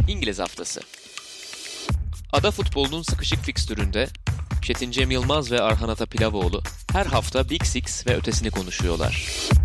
İngiliz Haftası. Ada futbolunun sıkışık fikstüründe Çetin Cem Yılmaz ve Arhan Atapilavoğlu her hafta Big Six ve ötesini konuşuyorlar.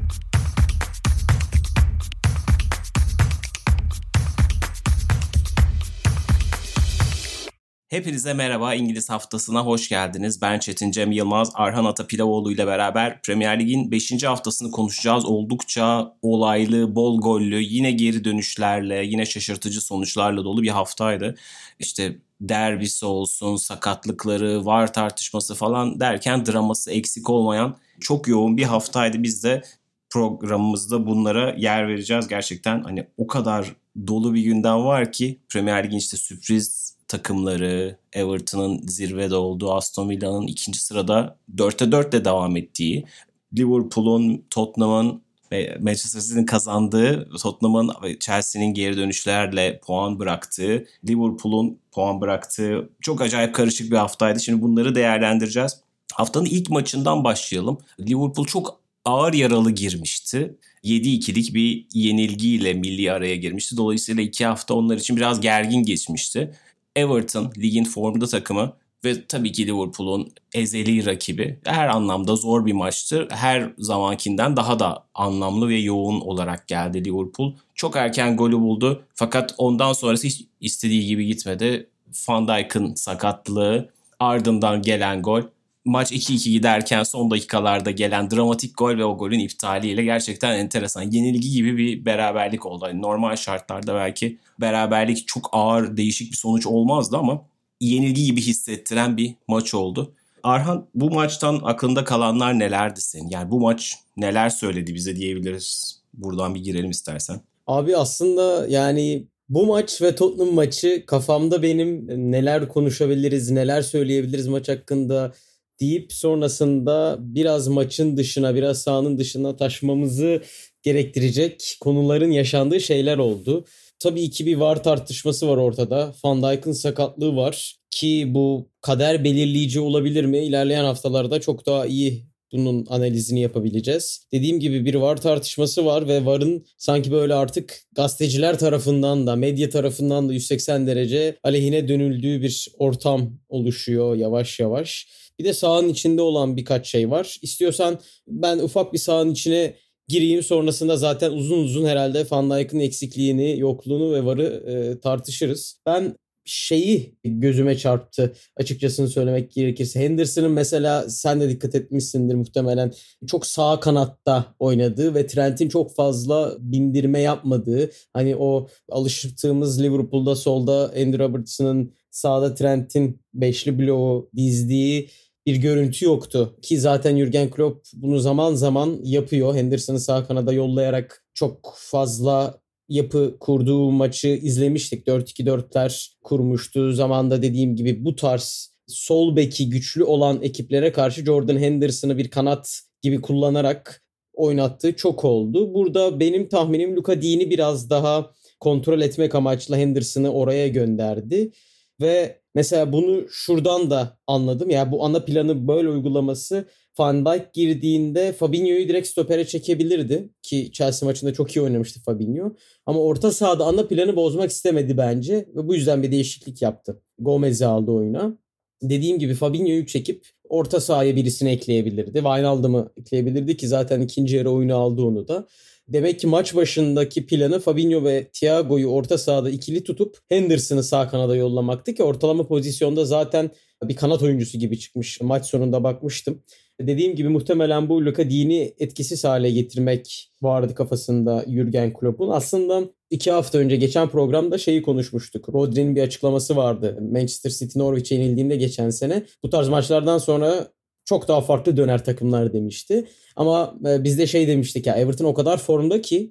Hepinize merhaba, İngiliz Haftası'na hoş geldiniz. Ben Çetin Cem Yılmaz, Arhan Atapilavoğlu ile beraber Premier Lig'in 5. haftasını konuşacağız. Oldukça olaylı, bol gollü, yine geri dönüşlerle, yine şaşırtıcı sonuçlarla dolu bir haftaydı. İşte derbisi olsun, sakatlıkları, VAR tartışması falan derken draması eksik olmayan çok yoğun bir haftaydı. Biz de programımızda bunlara yer vereceğiz. Gerçekten hani o kadar dolu bir gündem var ki Premier Lig'in işte sürpriz takımları, Everton'ın zirvede olduğu, Aston Villa'nın ikinci sırada 4'te 4'le devam ettiği, Liverpool'un, Tottenham'ın ve Manchester City'nin kazandığı, Tottenham'ın ve Chelsea'nin geri dönüşlerle puan bıraktığı, Liverpool'un puan bıraktığı çok acayip karışık bir haftaydı. Şimdi bunları değerlendireceğiz. Haftanın ilk maçından başlayalım. Liverpool çok ağır yaralı girmişti. 7-2'lik bir yenilgiyle milli araya girmişti. Dolayısıyla 2 hafta onlar için biraz gergin geçmişti. Everton ligin formda takımı ve tabii ki Liverpool'un ezeli rakibi. Her anlamda zor bir maçtı. Her zamankinden daha da anlamlı ve yoğun olarak geldi Liverpool. Çok erken golü buldu fakat ondan sonrası hiç istediği gibi gitmedi. Van Dijk'ın sakatlığı, ardından gelen gol. Maç 2-2 giderken son dakikalarda gelen dramatik gol ve o golün iptaliyle gerçekten enteresan. Yenilgi gibi bir beraberlik oldu. Yani normal şartlarda belki beraberlik çok ağır, değişik bir sonuç olmazdı ama yenilgi gibi hissettiren bir maç oldu. Arhan, bu maçtan aklında kalanlar nelerdi senin? Yani bu maç neler söyledi bize diyebiliriz. Buradan bir girelim istersen. Abi aslında yani bu maç ve Tottenham maçı kafamda benim neler konuşabiliriz, neler söyleyebiliriz maç hakkında deyip sonrasında biraz maçın dışına, biraz sahanın dışına taşmamızı gerektirecek konuların yaşandığı şeyler oldu. Tabii ki bir VAR tartışması var ortada. Van Dijk'ın sakatlığı var ki bu kader belirleyici olabilir mi? İlerleyen haftalarda çok daha iyi bunun analizini yapabileceğiz. Dediğim gibi bir VAR tartışması var ve VAR'ın sanki böyle artık gazeteciler tarafından da medya tarafından da 180 derece aleyhine dönüldüğü bir ortam oluşuyor yavaş yavaş. Bir de sahanın içinde olan birkaç şey var. İstiyorsan ben ufak bir sahanın içine gireyim, sonrasında zaten uzun uzun herhalde Van Dijk'ın eksikliğini, yokluğunu ve VAR'ı tartışırız. Ben şeyi gözüme çarptı açıkçasını söylemek gerekirse. Henderson'ın mesela sen de dikkat etmişsindir muhtemelen. Çok sağ kanatta oynadığı ve Trent'in çok fazla bindirme yapmadığı, hani o alıştığımız Liverpool'da solda Andy Robertson'ın sağda Trent'in beşli bloğu dizdiği bir görüntü yoktu. Ki zaten Jürgen Klopp bunu zaman zaman yapıyor. Henderson'ı sağ kanada yollayarak çok fazla yapı kurduğu maçı izlemiştik. 4-2-4'ler kurmuştu. Zamanda dediğim gibi bu tarz sol beki güçlü olan ekiplere karşı Jordan Henderson'ı bir kanat gibi kullanarak oynattığı çok oldu. Burada benim tahminim Luka Dean'i biraz daha kontrol etmek amaçlı Henderson'ı oraya gönderdi. Ve mesela bunu şuradan da anladım. Yani bu ana planı böyle uygulaması, Van Dijk girdiğinde Fabinho'yu direkt stopere çekebilirdi. Ki Chelsea maçında çok iyi oynamıştı Fabinho. Ama orta sahada ana planı bozmak istemedi bence. Ve bu yüzden bir değişiklik yaptı. Gomez'i aldı oyuna. Dediğim gibi Fabinho'yu çekip orta sahaya birisini ekleyebilirdi. Wijnaldum'u ekleyebilirdi ki zaten ikinci yarı oyunu aldı onu da. Demek ki maç başındaki planı Fabinho ve Thiago'yu orta sahada ikili tutup Henderson'ı sağ kanada yollamaktı ki ortalama pozisyonda zaten bir kanat oyuncusu gibi çıkmış. Maç sonunda bakmıştım. Dediğim gibi muhtemelen bu Luka Dean'i etkisiz hale getirmek vardı kafasında Jürgen Klopp'un. Aslında 2 hafta önce geçen programda şeyi konuşmuştuk. Rodri'nin bir açıklaması vardı. Manchester City Norwich'e yenildiğinde geçen sene. Bu tarz maçlardan sonra çok daha farklı döner takımlar demişti. Ama biz de şey demiştik ya, Everton o kadar formda ki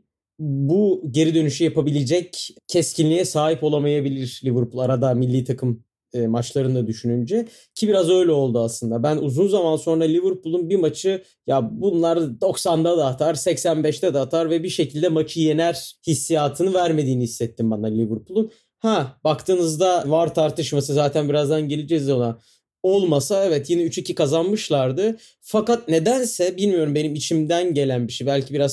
bu geri dönüşü yapabilecek keskinliğe sahip olamayabilir Liverpool arada milli takım maçlarında düşününce, ki biraz öyle oldu aslında. Ben uzun zaman sonra Liverpool'un bir maçı ya bunlar 90'da da atar, 85'te de atar ve bir şekilde maçı yener hissiyatını vermediğini hissettim bana Liverpool'un. Baktığınızda VAR tartışması, zaten birazdan geleceğiz ona, olmasa evet yine 3-2 kazanmışlardı. Fakat nedense bilmiyorum, benim içimden gelen bir şey. Belki biraz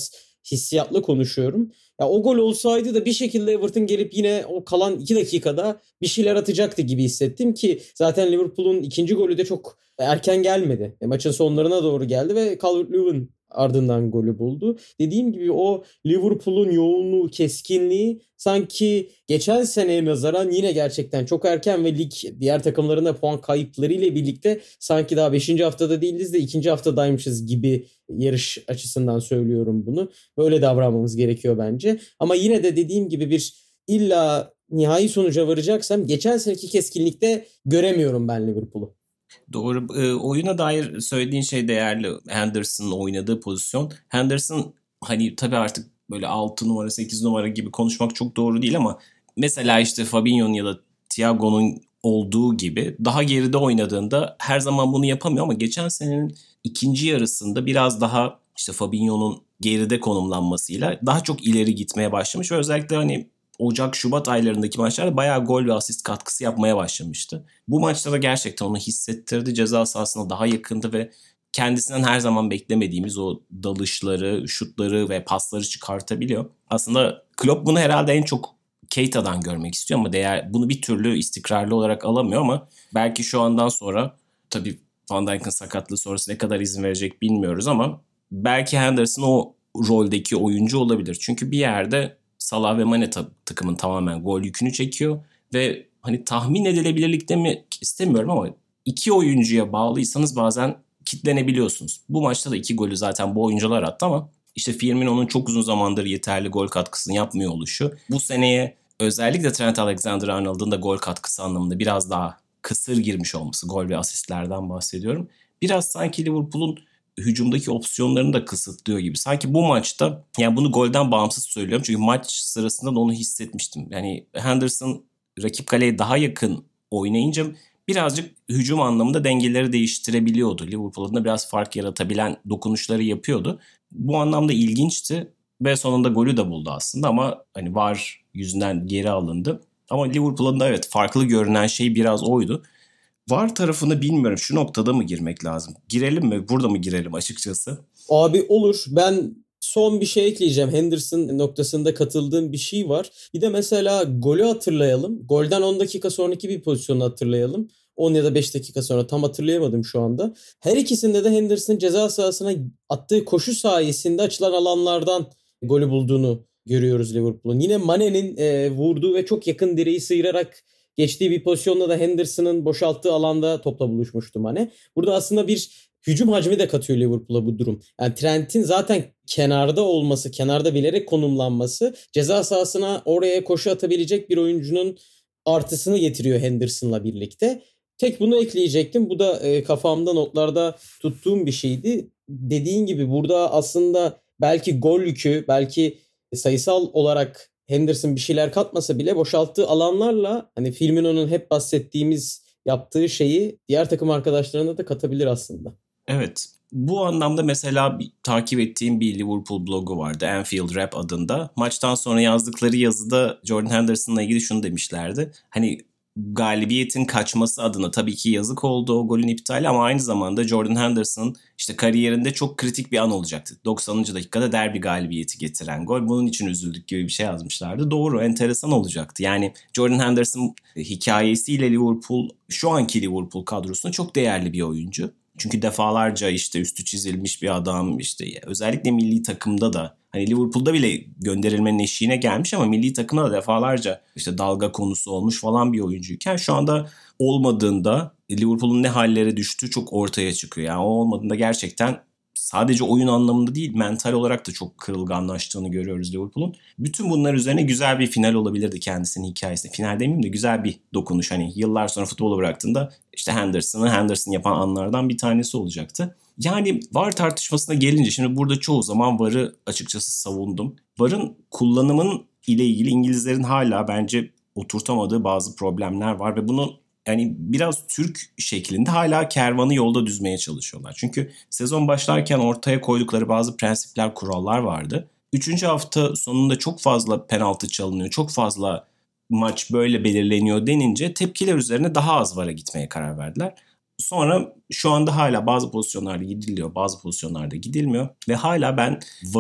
hissiyatla konuşuyorum. Ya o gol olsaydı da bir şekilde Everton gelip yine o kalan 2 dakikada bir şeyler atacaktı gibi hissettim ki zaten Liverpool'un ikinci golü de çok erken gelmedi. Maçın sonlarına doğru geldi ve Calvert-Lewin ardından golü buldu. Dediğim gibi o Liverpool'un yoğunluğu, keskinliği sanki geçen seneye nazaran yine gerçekten çok erken ve lig diğer takımların da puan kayıplarıyla birlikte sanki daha 5. haftada değiliz de 2. haftadaymışız gibi, yarış açısından söylüyorum bunu. Böyle davranmamız gerekiyor bence. Ama yine de dediğim gibi bir illa nihai sonuca varacaksam geçen seneki keskinlikte göremiyorum ben Liverpool'u. Doğru. Oyuna dair söylediğin şey değerli. Henderson'ın oynadığı pozisyon. Henderson hani tabii artık böyle 6 numara 8 numara gibi konuşmak çok doğru değil ama mesela işte Fabinho'nun ya da Thiago'nun olduğu gibi daha geride oynadığında her zaman bunu yapamıyor ama geçen senenin ikinci yarısında biraz daha işte Fabinho'nun geride konumlanmasıyla daha çok ileri gitmeye başlamış ve özellikle hani Ocak-Şubat aylarındaki maçlarda bayağı gol ve asist katkısı yapmaya başlamıştı. Bu maçta da gerçekten onu hissettirdi. Ceza sahasına daha yakındı ve kendisinden her zaman beklemediğimiz o dalışları, şutları ve pasları çıkartabiliyor. Aslında Klopp bunu herhalde en çok Keita'dan görmek istiyor ama bunu bir türlü istikrarlı olarak alamıyor ama belki şu andan sonra tabii Van Dijk'ın sakatlığı sonrası ne kadar izin verecek bilmiyoruz ama belki Henderson o roldeki oyuncu olabilir. Çünkü bir yerde Salah ve Mane takımın tamamen gol yükünü çekiyor ve hani tahmin edilebilirlik demek istemiyorum ama iki oyuncuya bağlıysanız bazen kitlenebiliyorsunuz. Bu maçta da 2 golü zaten bu oyuncular attı ama işte Firmino'nun çok uzun zamandır yeterli gol katkısını yapmıyor oluşu. Bu seneye özellikle Trent Alexander-Arnold'un da gol katkısı anlamında biraz daha kısır girmiş olması, gol ve asistlerden bahsediyorum. Biraz sanki Liverpool'un hücumdaki opsiyonlarını da kısıtlıyor gibi. Sanki bu maçta, yani bunu golden bağımsız söylüyorum çünkü maç sırasında da onu hissetmiştim. Yani Henderson rakip kaleye daha yakın oynayınca birazcık hücum anlamında dengeleri değiştirebiliyordu. Liverpool'un da biraz fark yaratabilen dokunuşları yapıyordu. Bu anlamda ilginçti ve sonunda golü de buldu aslında ama hani VAR yüzünden geri alındı. Ama Liverpool'un da evet farklı görünen şey biraz oydu. VAR tarafını bilmiyorum, şu noktada mı girmek lazım? Girelim mi? Burada mı girelim açıkçası? Abi olur. Ben son bir şey ekleyeceğim. Henderson noktasında katıldığım bir şey var. Bir de mesela golü hatırlayalım. Golden 10 dakika sonraki bir pozisyonu hatırlayalım. 10 ya da 5 dakika sonra, tam hatırlayamadım şu anda. Her ikisinde de Henderson ceza sahasına attığı koşu sayesinde açılan alanlardan golü bulduğunu görüyoruz Liverpool'un. Yine Mane'nin vurduğu ve çok yakın direği sıyırarak geçtiği bir pozisyonda da Henderson'ın boşalttığı alanda topla buluşmuştu Mane. Burada aslında bir hücum hacmi de katıyor Liverpool'a bu durum. Yani Trent'in zaten kenarda olması, kenarda bilerek konumlanması ceza sahasına oraya koşu atabilecek bir oyuncunun artısını getiriyor Henderson'la birlikte. Tek bunu ekleyecektim. Bu da kafamda notlarda tuttuğum bir şeydi. Dediğin gibi burada aslında belki gol yükü, belki sayısal olarak Henderson bir şeyler katmasa bile boşalttığı alanlarla hani Firmino'nun hep bahsettiğimiz yaptığı şeyi diğer takım arkadaşlarına da katabilir aslında. Evet. Bu anlamda mesela takip ettiğim bir Liverpool blogu vardı, Anfield Rap adında. Maçtan sonra yazdıkları yazıda Jordan Henderson'la ilgili şunu demişlerdi. Hani galibiyetin kaçması adına tabii ki yazık oldu o golün iptali ama aynı zamanda Jordan Henderson işte kariyerinde çok kritik bir an olacaktı. 90. dakikada derbi galibiyeti getiren gol. Bunun için üzüldük gibi bir şey yazmışlardı. Doğru, enteresan olacaktı. Yani Jordan Henderson hikayesiyle Liverpool, şu anki Liverpool kadrosunda çok değerli bir oyuncu. Çünkü defalarca işte üstü çizilmiş bir adam, işte özellikle milli takımda da hani Liverpool'da bile gönderilmenin eşiğine gelmiş ama milli takımda da defalarca işte dalga konusu olmuş falan bir oyuncuyken şu anda olmadığında Liverpool'un ne hallere düştüğü çok ortaya çıkıyor. Yani o olmadığında gerçekten sadece oyun anlamında değil, mental olarak da çok kırılganlaştığını görüyoruz Liverpool'un. Bütün bunlar üzerine güzel bir final olabilirdi kendisinin hikayesinde. Final demeyeyim de güzel bir dokunuş. Hani yıllar sonra futbolu bıraktığında işte Henderson yapan anlardan bir tanesi olacaktı. Yani VAR tartışmasına gelince şimdi burada çoğu zaman VAR'ı açıkçası savundum. VAR'ın kullanımının ile ilgili İngilizlerin hala bence oturtamadığı bazı problemler var ve bunu yani biraz Türk şeklinde hala kervanı yolda düzmeye çalışıyorlar. Çünkü sezon başlarken ortaya koydukları bazı prensipler, kurallar vardı. 3. hafta sonunda çok fazla penaltı çalınıyor, çok fazla maç böyle belirleniyor denince tepkiler üzerine daha az VAR'a gitmeye karar verdiler. Sonra şu anda hala bazı pozisyonlarda gidiliyor, bazı pozisyonlarda gidilmiyor ve hala ben VAR'ın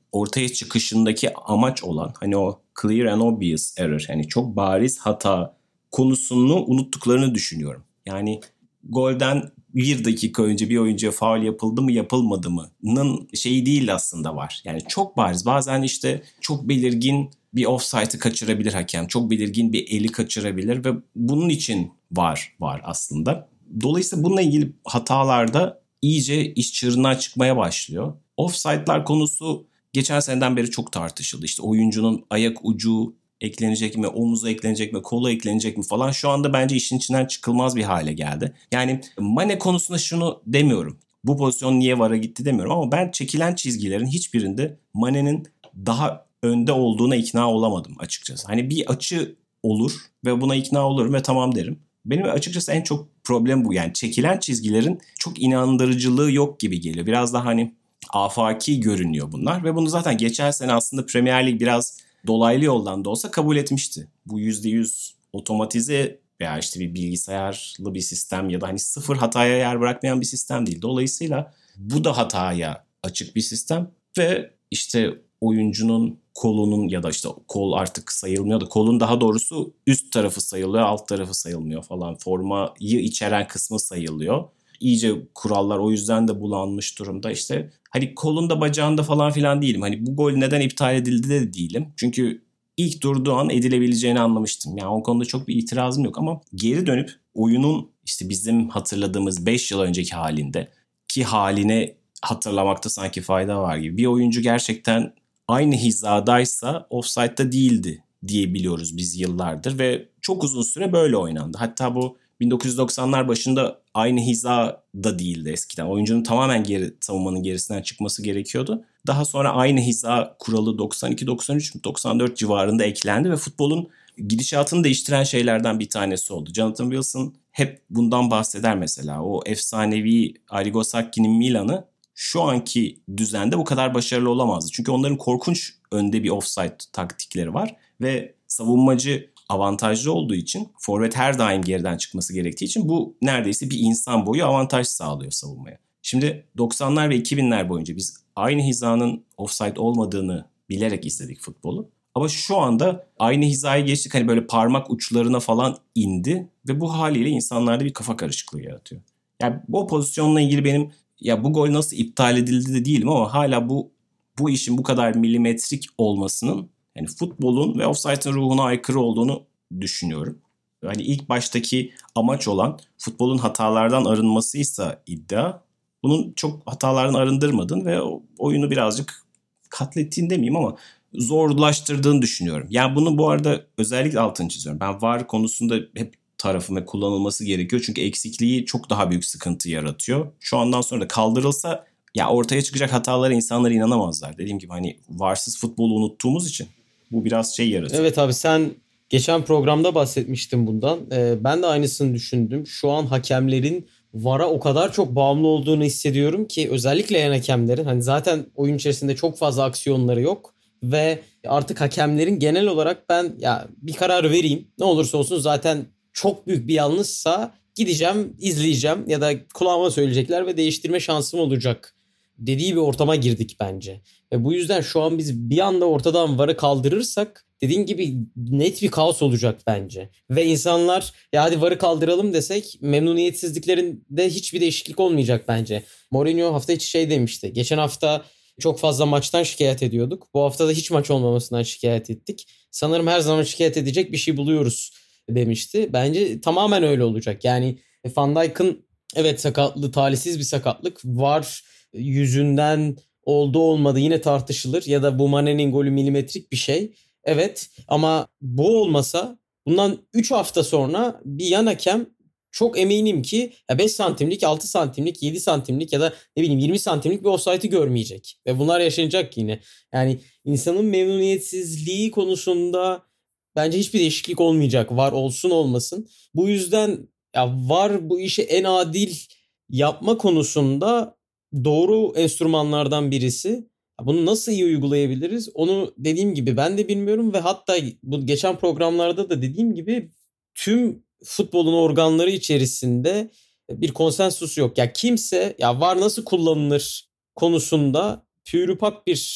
ortaya çıkışındaki amaç olan hani o clear and obvious error, yani çok bariz hata konusunu unuttuklarını düşünüyorum. Yani golden 1 dakika önce bir oyuncuya faul yapıldı mı yapılmadı mı'nın şeyi değil aslında var. Yani çok bariz, bazen işte çok belirgin bir offside'ı kaçırabilir hakem. Çok belirgin bir eli kaçırabilir ve bunun için var aslında. Dolayısıyla bununla ilgili hatalarda iyice iş çığırından çıkmaya başlıyor. Offside'lar konusu geçen seneden beri çok tartışıldı. İşte oyuncunun ayak ucu eklenecek mi, omuza eklenecek mi, kola eklenecek mi falan. Şu anda bence işin içinden çıkılmaz bir hale geldi. Yani Mane konusunda şunu demiyorum. Bu pozisyon niye VAR'a gitti demiyorum ama ben çekilen çizgilerin hiçbirinde Mane'nin daha önde olduğuna ikna olamadım açıkçası. Hani bir açı olur ve buna ikna olurum ve tamam derim. Benim açıkçası en çok problem bu. Yani çekilen çizgilerin çok inandırıcılığı yok gibi geliyor. Biraz daha hani afaki görünüyor bunlar ve bunu zaten geçen sene aslında Premier Lig biraz dolaylı yoldan da olsa kabul etmişti. Bu %100 otomatize veya işte bir bilgisayarlı bir sistem ya da hani sıfır hataya yer bırakmayan bir sistem değil. Dolayısıyla bu da hataya açık bir sistem ve işte oyuncunun kolunun ya da işte kol artık sayılmıyor da kolun daha doğrusu üst tarafı sayılıyor, alt tarafı sayılmıyor falan. Formayı içeren kısmı sayılıyor. İyice kurallar o yüzden de bulanmış durumda. İşte hani kolunda bacağında falan filan değilim. Hani bu gol neden iptal edildi de değilim. Çünkü ilk durduğu an edilebileceğini anlamıştım. Yani o konuda çok bir itirazım yok ama geri dönüp oyunun işte bizim hatırladığımız 5 yıl önceki halinde ki haline hatırlamakta sanki fayda var gibi. Bir oyuncu gerçekten aynı hizadaysa offside'da değildi diyebiliyoruz biz yıllardır ve çok uzun süre böyle oynandı. Hatta bu 1990'lar başında aynı hizada değildi eskiden. Oyuncunun tamamen savunmanın gerisinden çıkması gerekiyordu. Daha sonra aynı hiza kuralı 92, 93, 94 civarında eklendi ve futbolun gidişatını değiştiren şeylerden bir tanesi oldu. Jonathan Wilson hep bundan bahseder mesela. O efsanevi Arrigo Sacchi'nin Milan'ı şu anki düzende bu kadar başarılı olamazdı. Çünkü onların korkunç önde bir offside taktikleri var ve savunmacı avantajlı olduğu için, forvet her daim geriden çıkması gerektiği için bu neredeyse bir insan boyu avantaj sağlıyor savunmaya. Şimdi 90'lar ve 2000'ler boyunca biz aynı hizanın offside olmadığını bilerek izledik futbolu. Ama şu anda aynı hizaya geçtik, hani böyle parmak uçlarına falan indi ve bu haliyle insanlarda bir kafa karışıklığı yaratıyor. Yani bu pozisyonla ilgili benim ya bu gol nasıl iptal edildi de değilim ama hala bu işin bu kadar milimetrik olmasının yani futbolun ve offside'ın ruhuna aykırı olduğunu düşünüyorum. Yani ilk baştaki amaç olan futbolun hatalardan arınmasıysa iddia, bunun çok hatalardan arındırmadın ve oyunu birazcık katlettiğini demeyeyim ama zorlaştırdığını düşünüyorum. Yani bunu bu arada özellikle altını çiziyorum. Ben VAR konusunda hep tarafım ve kullanılması gerekiyor. Çünkü eksikliği çok daha büyük sıkıntı yaratıyor. Şu andan sonra da kaldırılsa ya ortaya çıkacak hatalara insanlar inanamazlar. Dediğim gibi hani VAR'sız futbolu unuttuğumuz için bu biraz şey yaratıyor. Evet abi, sen geçen programda bahsetmiştin bundan. Ben de aynısını düşündüm. Şu an hakemlerin VAR'a o kadar çok bağımlı olduğunu hissediyorum ki, özellikle yan hakemlerin. Hani zaten oyun içerisinde çok fazla aksiyonları yok ve artık hakemlerin genel olarak ben ya bir karar vereyim, ne olursa olsun zaten çok büyük bir yanlışsa gideceğim, izleyeceğim ya da kulağıma söyleyecekler ve değiştirme şansım olacak dediği bir ortama girdik bence. Ve bu yüzden şu an biz bir anda ortadan VAR'ı kaldırırsak dediğin gibi net bir kaos olacak bence. Ve insanlar ya hadi VAR'ı kaldıralım desek memnuniyetsizliklerinde hiçbir değişiklik olmayacak bence. Mourinho hafta içi şey demişti. Geçen hafta çok fazla maçtan şikayet ediyorduk. Bu hafta da hiç maç olmamasından şikayet ettik. Sanırım her zaman şikayet edecek bir şey buluyoruz demişti. Bence tamamen öyle olacak. Yani Van Dijk'ın evet sakatlığı talihsiz bir sakatlık. VAR yüzünden oldu olmadı yine tartışılır ya da bu Mane'nin golü milimetrik bir şey. Evet ama bu olmasa bundan 3 hafta sonra bir yan hakem çok eminim ki 5 santimlik, 6 santimlik, 7 santimlik ya da ne bileyim 20 santimlik bir offside'ı görmeyecek. Ve bunlar yaşanacak yine. Yani insanın memnuniyetsizliği konusunda bence hiçbir değişiklik olmayacak. VAR olsun olmasın. Bu yüzden ya VAR bu işi en adil yapma konusunda doğru enstrümanlardan birisi. Bunu nasıl iyi uygulayabiliriz? Onu dediğim gibi ben de bilmiyorum ve hatta bu geçen programlarda da dediğim gibi tüm futbolun organları içerisinde bir konsensus yok. Ya kimse ya VAR nasıl kullanılır konusunda pürüpak bir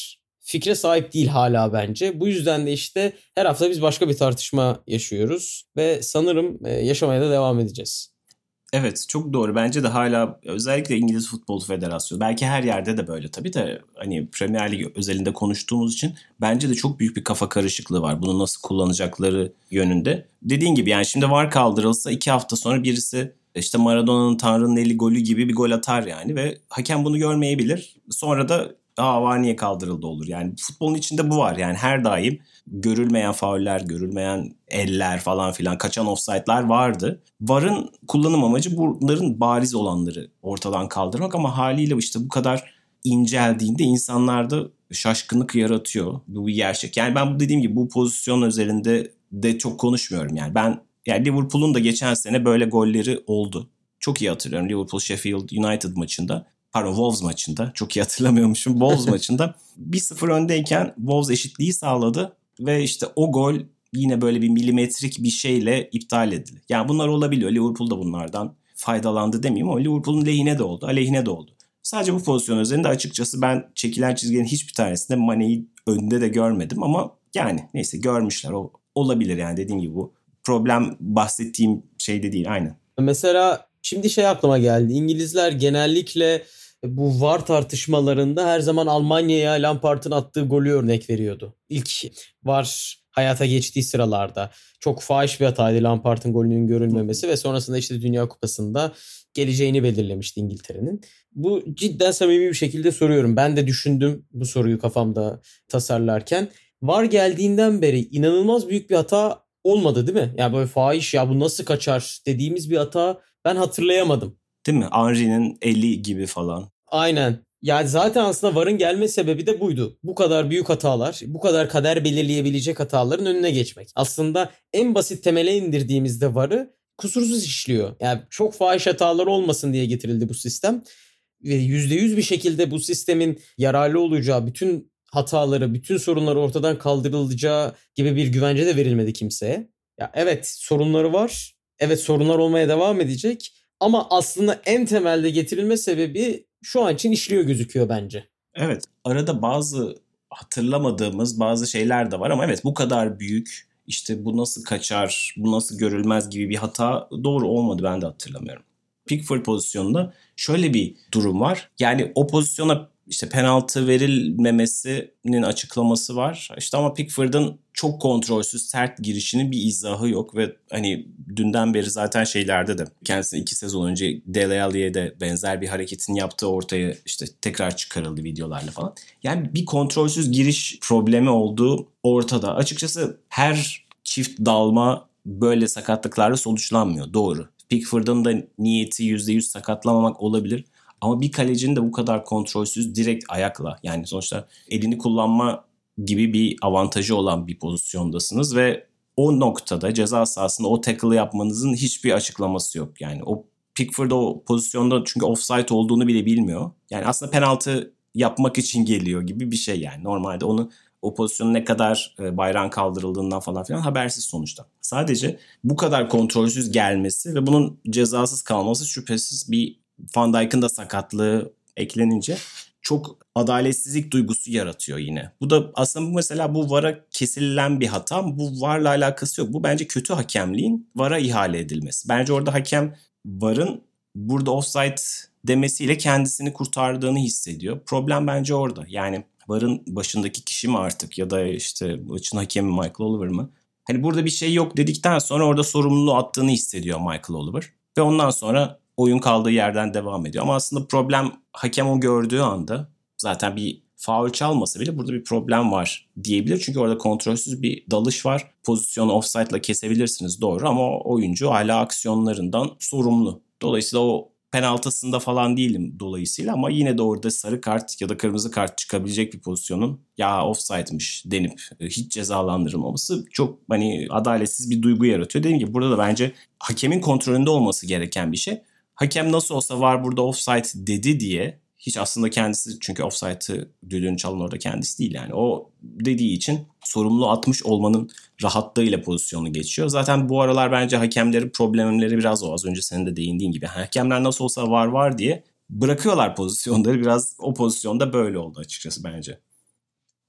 fikre sahip değil hala bence. Bu yüzden de işte her hafta biz başka bir tartışma yaşıyoruz ve sanırım yaşamaya da devam edeceğiz. Evet, çok doğru. Bence de hala özellikle İngiliz Futbol Federasyonu, belki her yerde de böyle tabii de, hani Premier Lig özelinde konuştuğumuz için bence de çok büyük bir kafa karışıklığı var. Bunu nasıl kullanacakları yönünde. Dediğin gibi yani şimdi VAR kaldırılsa 2 hafta sonra birisi işte Maradona'nın Tanrı'nın eli golü gibi bir gol atar yani ve hakem bunu görmeyebilir. Sonra da VAR niye kaldırıldı olur. Yani futbolun içinde bu var. Yani her daim görülmeyen fauller, görülmeyen eller falan filan, kaçan ofsaytlar vardı. VAR'ın kullanım amacı bunların bariz olanları ortadan kaldırmak ama haliyle işte bu kadar inceldiğinde insanlarda şaşkınlık yaratıyor. Bu bir gerçek. Yani ben dediğim gibi bu pozisyon üzerinde de çok konuşmuyorum yani. Yani Liverpool'un da geçen sene böyle golleri oldu. Çok iyi hatırlıyorum. Liverpool Sheffield United maçında, pardon Wolves maçında, çok iyi hatırlamıyormuşum. Wolves maçında 1-0 öndeyken Wolves eşitliği sağladı ve işte o gol yine böyle bir milimetrik bir şeyle iptal edildi. Yani bunlar olabiliyor. Liverpool da bunlardan faydalandı demeyeyim ama Liverpool'un lehine de oldu, aleyhine de oldu. Sadece bu pozisyon üzerinde açıkçası ben çekilen çizginin hiçbir tanesinde Mane'yi önde de görmedim ama yani neyse görmüşler. O olabilir yani, dediğim gibi bu problem bahsettiğim şey de değil, aynen. Mesela şimdi şey aklıma geldi. İngilizler genellikle bu VAR tartışmalarında her zaman Almanya'ya Lampard'ın attığı golü örnek veriyordu. İlk VAR hayata geçtiği sıralarda çok fahiş bir hataydı Lampard'ın golünün görülmemesi ve sonrasında işte Dünya Kupası'nda geleceğini belirlemişti İngiltere'nin. Bu cidden samimi bir şekilde soruyorum. Ben de düşündüm bu soruyu kafamda tasarlarken. VAR geldiğinden beri inanılmaz büyük bir hata olmadı değil mi? Yani böyle fahiş, ya bu nasıl kaçar dediğimiz bir hata ben hatırlayamadım. Değil mi? Henry'nin eli gibi falan. Aynen. Yani zaten aslında VAR'ın gelme sebebi de buydu. Bu kadar büyük hatalar, bu kadar kader belirleyebilecek hataların önüne geçmek. Aslında en basit temele indirdiğimizde VAR'ı kusursuz işliyor. Yani çok fahiş hatalar olmasın diye getirildi bu sistem. Ve %100 bir şekilde bu sistemin yararlı olacağı, bütün hataları, bütün sorunları ortadan kaldırılacağı gibi bir güvence de verilmedi kimseye. Ya evet, sorunları var. Evet, sorunlar olmaya devam edecek. Ama aslında en temelde getirilme sebebi şu an için işliyor gözüküyor bence. Evet, arada bazı hatırlamadığımız bazı şeyler de var ama evet, bu kadar büyük, işte bu nasıl kaçar, bu nasıl görülmez gibi bir hata doğru olmadı, ben de hatırlamıyorum. Pickford pozisyonunda şöyle bir durum var. Yani o pozisyona işte penaltı verilmemesinin açıklaması var. İşte ama Pickford'ın çok kontrolsüz sert girişinin bir izahı yok ve hani dünden beri zaten şeylerde de kendisine 2 sezon önce Dele Alli'ye de benzer bir hareketin yaptığı ortaya işte tekrar çıkarıldı videolarla falan. Yani bir kontrolsüz giriş problemi olduğu ortada. Açıkçası her çift dalma böyle sakatlıklarla sonuçlanmıyor. Doğru. Pickford'un da niyeti %100 sakatlamamak olabilir. Ama bir kalecinin de bu kadar kontrolsüz direkt ayakla, yani sonuçta elini kullanma gibi bir avantajı olan bir pozisyondasınız ve o noktada ceza sahasında o tackle'ı yapmanızın hiçbir açıklaması yok. Yani o Pickford o pozisyonda çünkü offside olduğunu bile bilmiyor. Yani aslında penaltı yapmak için geliyor gibi bir şey yani. Normalde onu, o pozisyonun ne kadar bayrağın kaldırıldığından falan filan habersiz sonuçta. Sadece bu kadar kontrolsüz gelmesi ve bunun cezasız kalması şüphesiz, bir Van Dijk'ın da sakatlığı eklenince çok adaletsizlik duygusu yaratıyor yine. Bu da aslında mesela bu VAR'a kesilen bir hata. Bu VAR'la alakası yok. Bu bence kötü hakemliğin VAR'a ihale edilmesi. Bence orada hakem VAR'ın burada offside demesiyle kendisini kurtardığını hissediyor. Problem bence orada. Yani VAR'ın başındaki kişi mi artık, ya da işte maçın hakemi Michael Oliver mı? Hani burada bir şey yok dedikten sonra orada sorumluluğu attığını hissediyor Michael Oliver. Ve ondan sonra oyun kaldığı yerden devam ediyor. Ama aslında problem hakem o gördüğü anda zaten bir faul çalmasa bile burada bir problem var diyebilir. Çünkü orada kontrolsüz bir dalış var. Pozisyonu offside'la kesebilirsiniz, doğru, ama o oyuncu hala aksiyonlarından sorumlu. Dolayısıyla o penaltısında falan değilim dolayısıyla, ama yine de orada sarı kart ya da kırmızı kart çıkabilecek bir pozisyonun ya offside'mış denip hiç cezalandırılmaması çok hani adaletsiz bir duygu yaratıyor. Dediğim gibi burada da bence hakemin kontrolünde olması gereken bir şey. Hakem nasıl olsa var burada offside dedi diye, hiç aslında kendisi, çünkü offside'ı düdüğünü çalan orada kendisi değil yani. O dediği için sorumlu atmış olmanın rahatlığıyla pozisyonu geçiyor. Zaten bu aralar bence hakemlerin problemleri biraz o. Az önce senin de değindiğin gibi. Hakemler nasıl olsa var diye bırakıyorlar pozisyonları. Biraz o pozisyonda böyle oldu açıkçası bence.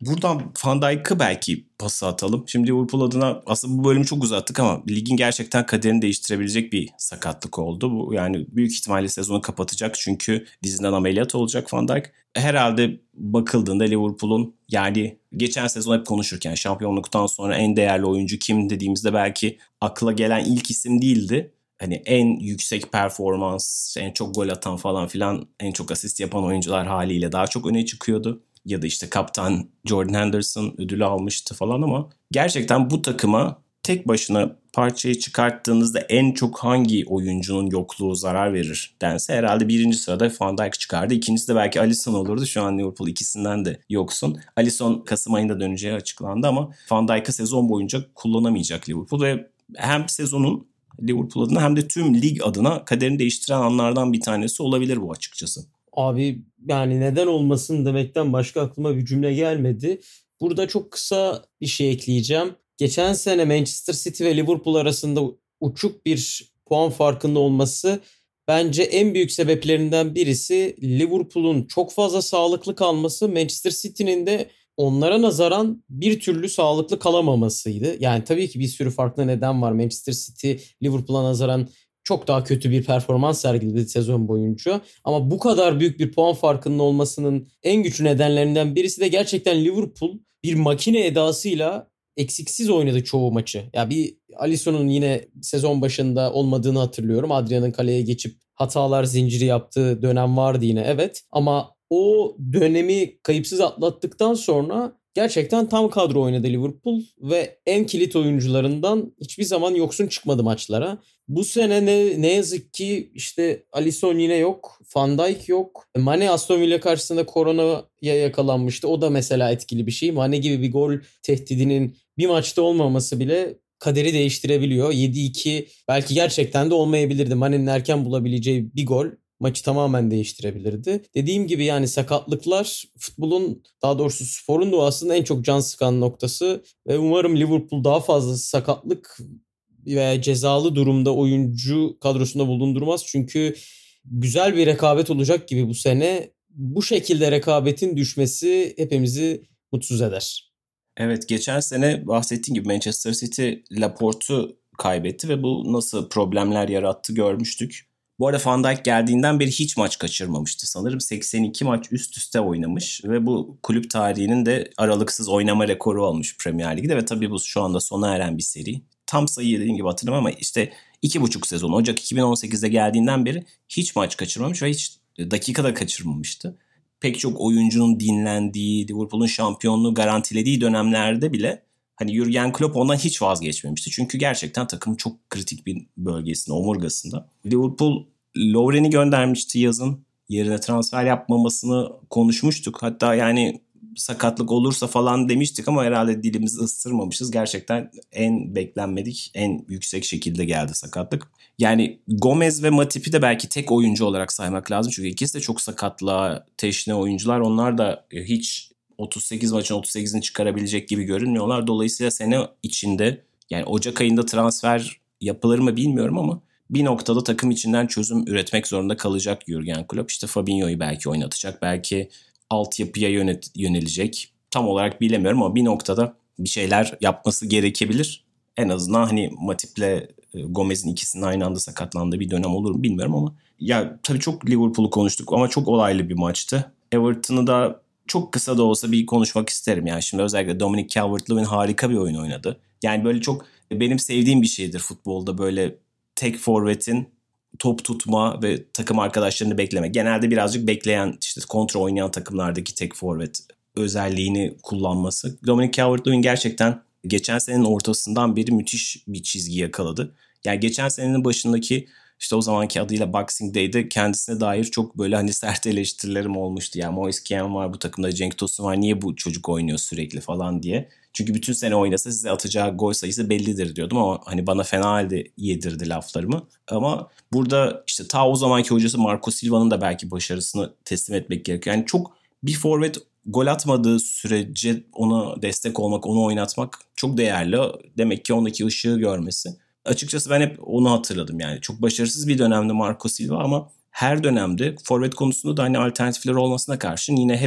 Buradan Van Dijk'ı belki pası atalım. Şimdi Liverpool adına aslında bu bölümü çok uzattık ama ligin gerçekten kaderini değiştirebilecek bir sakatlık oldu. Bu yani büyük ihtimalle sezonu kapatacak çünkü dizinden ameliyat olacak Van Dijk. Herhalde bakıldığında Liverpool'un yani geçen sezon hep konuşurken şampiyonluktan sonra en değerli oyuncu kim dediğimizde belki akla gelen ilk isim değildi. Hani en yüksek performans, en çok gol atan falan filan, en çok asist yapan oyuncular haliyle daha çok öne çıkıyordu. Ya da işte kaptan Jordan Henderson ödülü almıştı falan ama gerçekten bu takıma tek başına parçayı çıkarttığınızda en çok hangi oyuncunun yokluğu zarar verir dense herhalde birinci sırada Van Dijk çıkardı. İkincisi de belki Alisson olurdu. Şu an Liverpool ikisinden de yoksun. Alisson Kasım ayında döneceği açıklandı ama Van Dijk'ı sezon boyunca kullanamayacak Liverpool ve hem sezonun Liverpool adına hem de tüm lig adına kaderini değiştiren anlardan bir tanesi olabilir bu açıkçası. Abi yani neden olmasın demekten başka aklıma bir cümle gelmedi. Burada çok kısa bir şey ekleyeceğim. Geçen sene Manchester City ve Liverpool arasında uçuk bir puan farkında olması bence en büyük sebeplerinden birisi Liverpool'un çok fazla sağlıklı kalması, Manchester City'nin de onlara nazaran bir türlü sağlıklı kalamamasıydı. Yani tabii ki bir sürü farklı neden var. Manchester City Liverpool'a nazaran çok daha kötü bir performans sergiledi sezon boyunca. Ama bu kadar büyük bir puan farkının olmasının en güçlü nedenlerinden birisi de gerçekten Liverpool bir makine edasıyla eksiksiz oynadı çoğu maçı. Ya bir Alisson'un yine sezon başında olmadığını hatırlıyorum. Adrian'ın kaleye geçip hatalar zinciri yaptığı dönem vardı yine, evet. Ama o dönemi kayıpsız atlattıktan sonra gerçekten tam kadro oynadı Liverpool ve en kilit oyuncularından hiçbir zaman yoksun çıkmadı maçlara. Bu sene ne yazık ki işte Alisson yine yok, Van Dijk yok. Mane Aston Villa karşısında koronaya yakalanmıştı. O da mesela etkili bir şey. Mane gibi bir gol tehdidinin bir maçta olmaması bile kaderi değiştirebiliyor. 7-2 belki gerçekten de olmayabilirdi. Mane'nin erken bulabileceği bir gol maçı tamamen değiştirebilirdi. Dediğim gibi yani sakatlıklar futbolun, daha doğrusu sporun doğasında en çok can sıkan noktası ve umarım Liverpool daha fazla sakatlık veya cezalı durumda oyuncu kadrosunda bulundurmaz. Çünkü güzel bir rekabet olacak gibi bu sene. Bu şekilde rekabetin düşmesi hepimizi mutsuz eder. Evet, geçen sene bahsettiğim gibi Manchester City Laporte'u kaybetti ve bu nasıl problemler yarattı görmüştük. Bu arada Van Dijk geldiğinden beri hiç maç kaçırmamıştı. Sanırım 82 maç üst üste oynamış ve bu kulüp tarihinin de aralıksız oynama rekoru olmuş Premier Lig'de ve tabii bu şu anda sona eren bir seri. Tam sayıyı dediğim gibi hatırlamam ama işte 2,5 sezon Ocak 2018'de geldiğinden beri hiç maç kaçırmamış ve hiç dakika da kaçırmamıştı. Pek çok oyuncunun dinlendiği, Liverpool'un şampiyonluğu garantilediği dönemlerde bile hani Jürgen Klopp ondan hiç vazgeçmemişti. Çünkü gerçekten takım çok kritik bir bölgesinde, omurgasında. Liverpool Lovren'i göndermişti yazın. Yerine transfer yapmamasını konuşmuştuk. Hatta yani sakatlık olursa falan demiştik ama herhalde dilimizi ısırmamışız. Gerçekten en beklenmedik, en yüksek şekilde geldi sakatlık. Yani Gomez ve Matip'i de belki tek oyuncu olarak saymak lazım. Çünkü ikisi de çok sakatlığa teşne oyuncular. Onlar da hiç 38 maçın 38'ini çıkarabilecek gibi görünmüyorlar. Dolayısıyla sene içinde yani Ocak ayında transfer yapılır mı bilmiyorum ama bir noktada takım içinden çözüm üretmek zorunda kalacak Jürgen Klopp. İşte Fabinho'yu belki oynatacak, belki altyapıya yönelecek. Tam olarak bilemiyorum ama bir noktada bir şeyler yapması gerekebilir. En azından hani Matip'le Gomez'in ikisinin aynı anda sakatlandığı bir dönem olur mu bilmiyorum ama ya tabii çok Liverpool'u konuştuk ama çok olaylı bir maçtı. Everton'u da çok kısa da olsa bir konuşmak isterim. Yani şimdi özellikle Dominic Calvert-Lewin harika bir oyun oynadı. Yani böyle çok benim sevdiğim bir şeydir futbolda, böyle tek forvetin top tutma ve takım arkadaşlarını bekleme. Genelde birazcık bekleyen, işte kontra oynayan takımlardaki tek forvet özelliğini kullanması. Dominic Calvert-Lewin gerçekten geçen senenin ortasından beri müthiş bir çizgi yakaladı. Yani geçen senenin başındaki işte o zamanki adıyla Boxing Day'de kendisine dair çok böyle hani sert eleştirilerim olmuştu. Yani Moise Kean var bu takımda, Cenk Tosun var, niye bu çocuk oynuyor sürekli falan diye. Çünkü bütün sene oynasa size atacağı gol sayısı bellidir diyordum ama hani bana fena halde yedirdi laflarımı. Ama burada işte ta o zamanki hocası Marco Silva'nın da belki başarısını teslim etmek gerekiyor. Yani çok bir forvet gol atmadığı sürece ona destek olmak, onu oynatmak çok değerli. Demek ki ondaki ışığı görmesi. Açıkçası ben hep onu hatırladım yani. Çok başarısız bir dönemde Marco Silva ama her dönemde forvet konusunda da hani alternatifleri olmasına karşın yine hep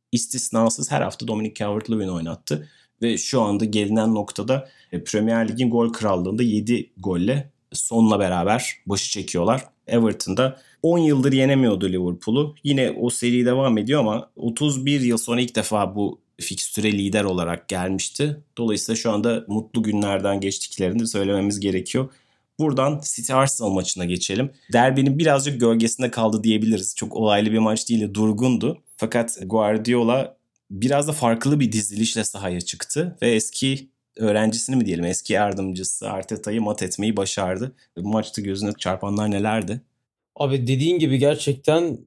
istisnasız her hafta Dominic Calvert-Lewin oynattı. Ve şu anda gelinen noktada Premier Lig'in gol krallığında 7 golle sonla beraber başı çekiyorlar. Everton'da 10 yıldır yenemiyordu Liverpool'u. Yine o seri devam ediyor ama 31 yıl sonra ilk defa bu fikstüre lider olarak gelmişti. Dolayısıyla şu anda mutlu günlerden geçtiklerini de söylememiz gerekiyor. Buradan City Arsenal maçına geçelim. Derbinin birazcık gölgesinde kaldı diyebiliriz. Çok olaylı bir maç değil de durgundu. Fakat Guardiola biraz da farklı bir dizilişle sahaya çıktı ve eski öğrencisini mi diyelim, eski yardımcısı Arteta'yı mat etmeyi başardı. Bu maçta gözüne çarpanlar nelerdi? Abi dediğin gibi gerçekten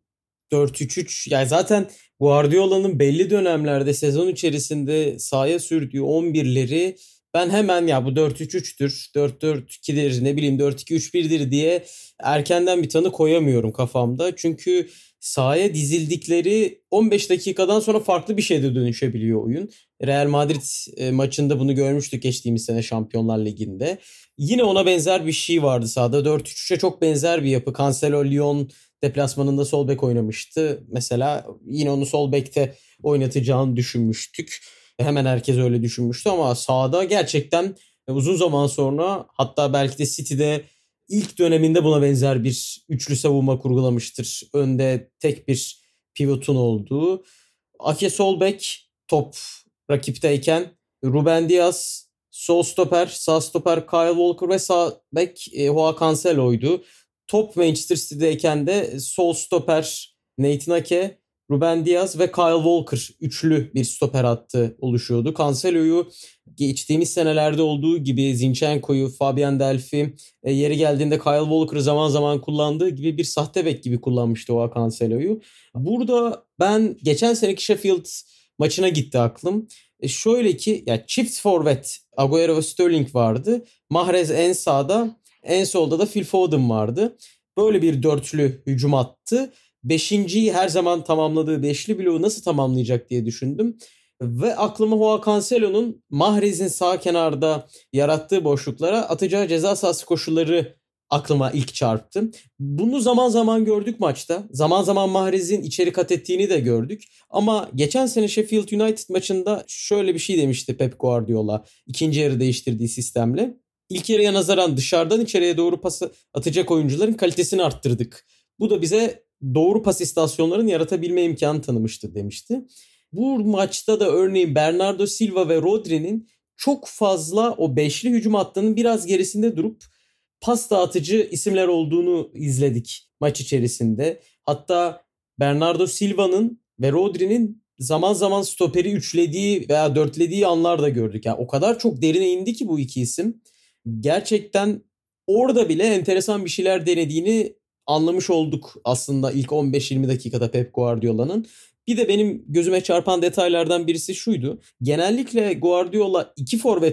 4-3-3, yani zaten Guardiola'nın belli dönemlerde sezon içerisinde sahaya sürdüğü 11'leri ben hemen ya bu 4-3-3'tür, 4-4-2'dir, ne bileyim 4-2-3-1'dir diye erkenden bir tanı koyamıyorum kafamda. Çünkü sahaya dizildikleri 15 dakikadan sonra farklı bir şeyde dönüşebiliyor oyun. Real Madrid maçında bunu görmüştük geçtiğimiz sene Şampiyonlar Ligi'nde. Yine ona benzer bir şey vardı sahada. 4-3-3'e çok benzer bir yapı. Cancelo Lyon deplasmanında sol bek oynamıştı. Mesela yine onu sol bekte oynatacağını düşünmüştük. Hemen herkes öyle düşünmüştü ama sahada gerçekten uzun zaman sonra, hatta belki de City'de ilk döneminde buna benzer bir üçlü savunma kurgulamıştır. Önde tek bir pivotun olduğu. Ake sol bek, top rakipteyken Ruben Dias, sol stoper, sağ stoper Kyle Walker ve sağ bek Joao Cancelo'ydu. Top Manchester City'deyken de sol stoper Nathan Ake, Ruben Dias ve Kyle Walker üçlü bir stoper hattı oluşuyordu. Cancelo'yu geçtiğimiz senelerde olduğu gibi Zinchenko'yu, Fabian Delphi, yeri geldiğinde Kyle Walker'ı zaman zaman kullandığı gibi bir sahte bek gibi kullanmıştı o Cancelo'yu. Burada ben geçen seneki Sheffield maçına gitti aklım. Şöyle ki ya, çift forvet Agüero ve Sterling vardı. Mahrez en sağda, en solda da Phil Foden vardı. Böyle bir dörtlü hücum attı. Beşinciyi, her zaman tamamladığı beşli bloğu nasıl tamamlayacak diye düşündüm. Ve aklıma Joao Cancelo'nun Mahrez'in sağ kenarda yarattığı boşluklara atacağı ceza sahası koşulları aklıma ilk çarptı. Bunu zaman zaman gördük maçta. Zaman zaman Mahrez'in içeri kat ettiğini de gördük. Ama geçen sene Sheffield United maçında şöyle bir şey demişti Pep Guardiola ikinci yarı değiştirdiği sistemle. İlk yarıya nazaran dışarıdan içeriye doğru pası atacak oyuncuların kalitesini arttırdık. Bu da bize doğru pas istasyonlarını yaratabilme imkanı tanımıştı demişti. Bu maçta da örneğin Bernardo Silva ve Rodri'nin çok fazla o beşli hücum hattının biraz gerisinde durup pas dağıtıcı isimler olduğunu izledik maç içerisinde. Hatta Bernardo Silva'nın ve Rodri'nin zaman zaman stoperi üçlediği veya dörtlediği anlar da gördük. Yani o kadar çok derine indi ki bu iki isim. Gerçekten orada bile enteresan bir şeyler denediğini anlamış olduk aslında ilk 15-20 dakikada Pep Guardiola'nın. Bir de benim gözüme çarpan detaylardan birisi şuydu. Genellikle Guardiola iki forvet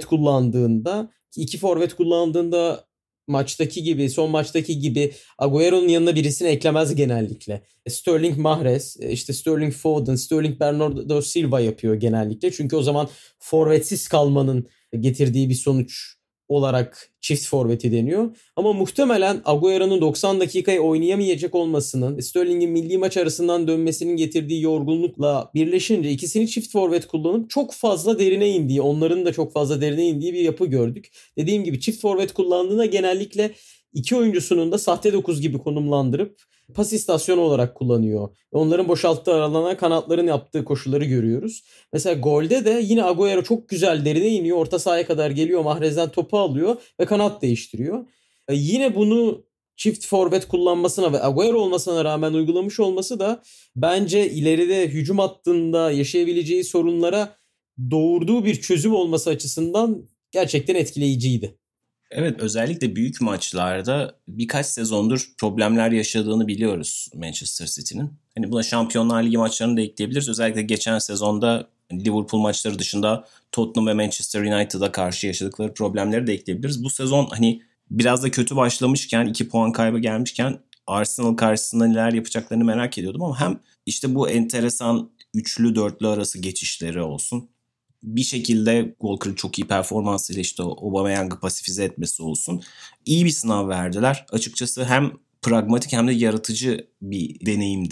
kullandığında maçtaki gibi, son maçtaki gibi Agüero'nun yanına birisini eklemez genellikle. Sterling Mahrez, işte Sterling Foden, Sterling Bernardo Silva yapıyor genellikle. Çünkü o zaman forvetsiz kalmanın getirdiği bir sonuç olarak çift forveti deniyor. Ama muhtemelen Agüero'nun 90 dakikayı oynayamayacak olmasının, Sterling'in milli maç arasından dönmesinin getirdiği yorgunlukla birleşince ikisini çift forvet kullanıp çok fazla derine indiği, onların da çok fazla derine indiği bir yapı gördük. Dediğim gibi çift forvet kullandığında genellikle iki oyuncusunun da sahte dokuz gibi konumlandırıp pas istasyonu olarak kullanıyor. Onların boşalttığı alana kanatların yaptığı koşulları görüyoruz. Mesela golde de yine Agüero çok güzel derine iniyor. Orta sahaya kadar geliyor. Mahrez'den topu alıyor ve kanat değiştiriyor. Yine bunu çift forvet kullanmasına ve Agüero olmasına rağmen uygulamış olması da bence ileride hücum hattında yaşayabileceği sorunlara doğurduğu bir çözüm olması açısından gerçekten etkileyiciydi. Evet, özellikle büyük maçlarda birkaç sezondur problemler yaşadığını biliyoruz Manchester City'nin. Hani buna Şampiyonlar Ligi maçlarını da ekleyebiliriz. Özellikle geçen sezonda Liverpool maçları dışında Tottenham ve Manchester United'a karşı yaşadıkları problemleri de ekleyebiliriz. Bu sezon hani biraz da kötü başlamışken, 2 puan kaybı gelmişken Arsenal karşısında neler yapacaklarını merak ediyordum ama hem işte bu enteresan üçlü dörtlü arası geçişleri olsun. Bir şekilde Walker'ın çok iyi performansıyla işte Aubameyang'ı pasifize etmesi olsun. İyi bir sınav verdiler. Açıkçası hem pragmatik hem de yaratıcı bir deneyimdi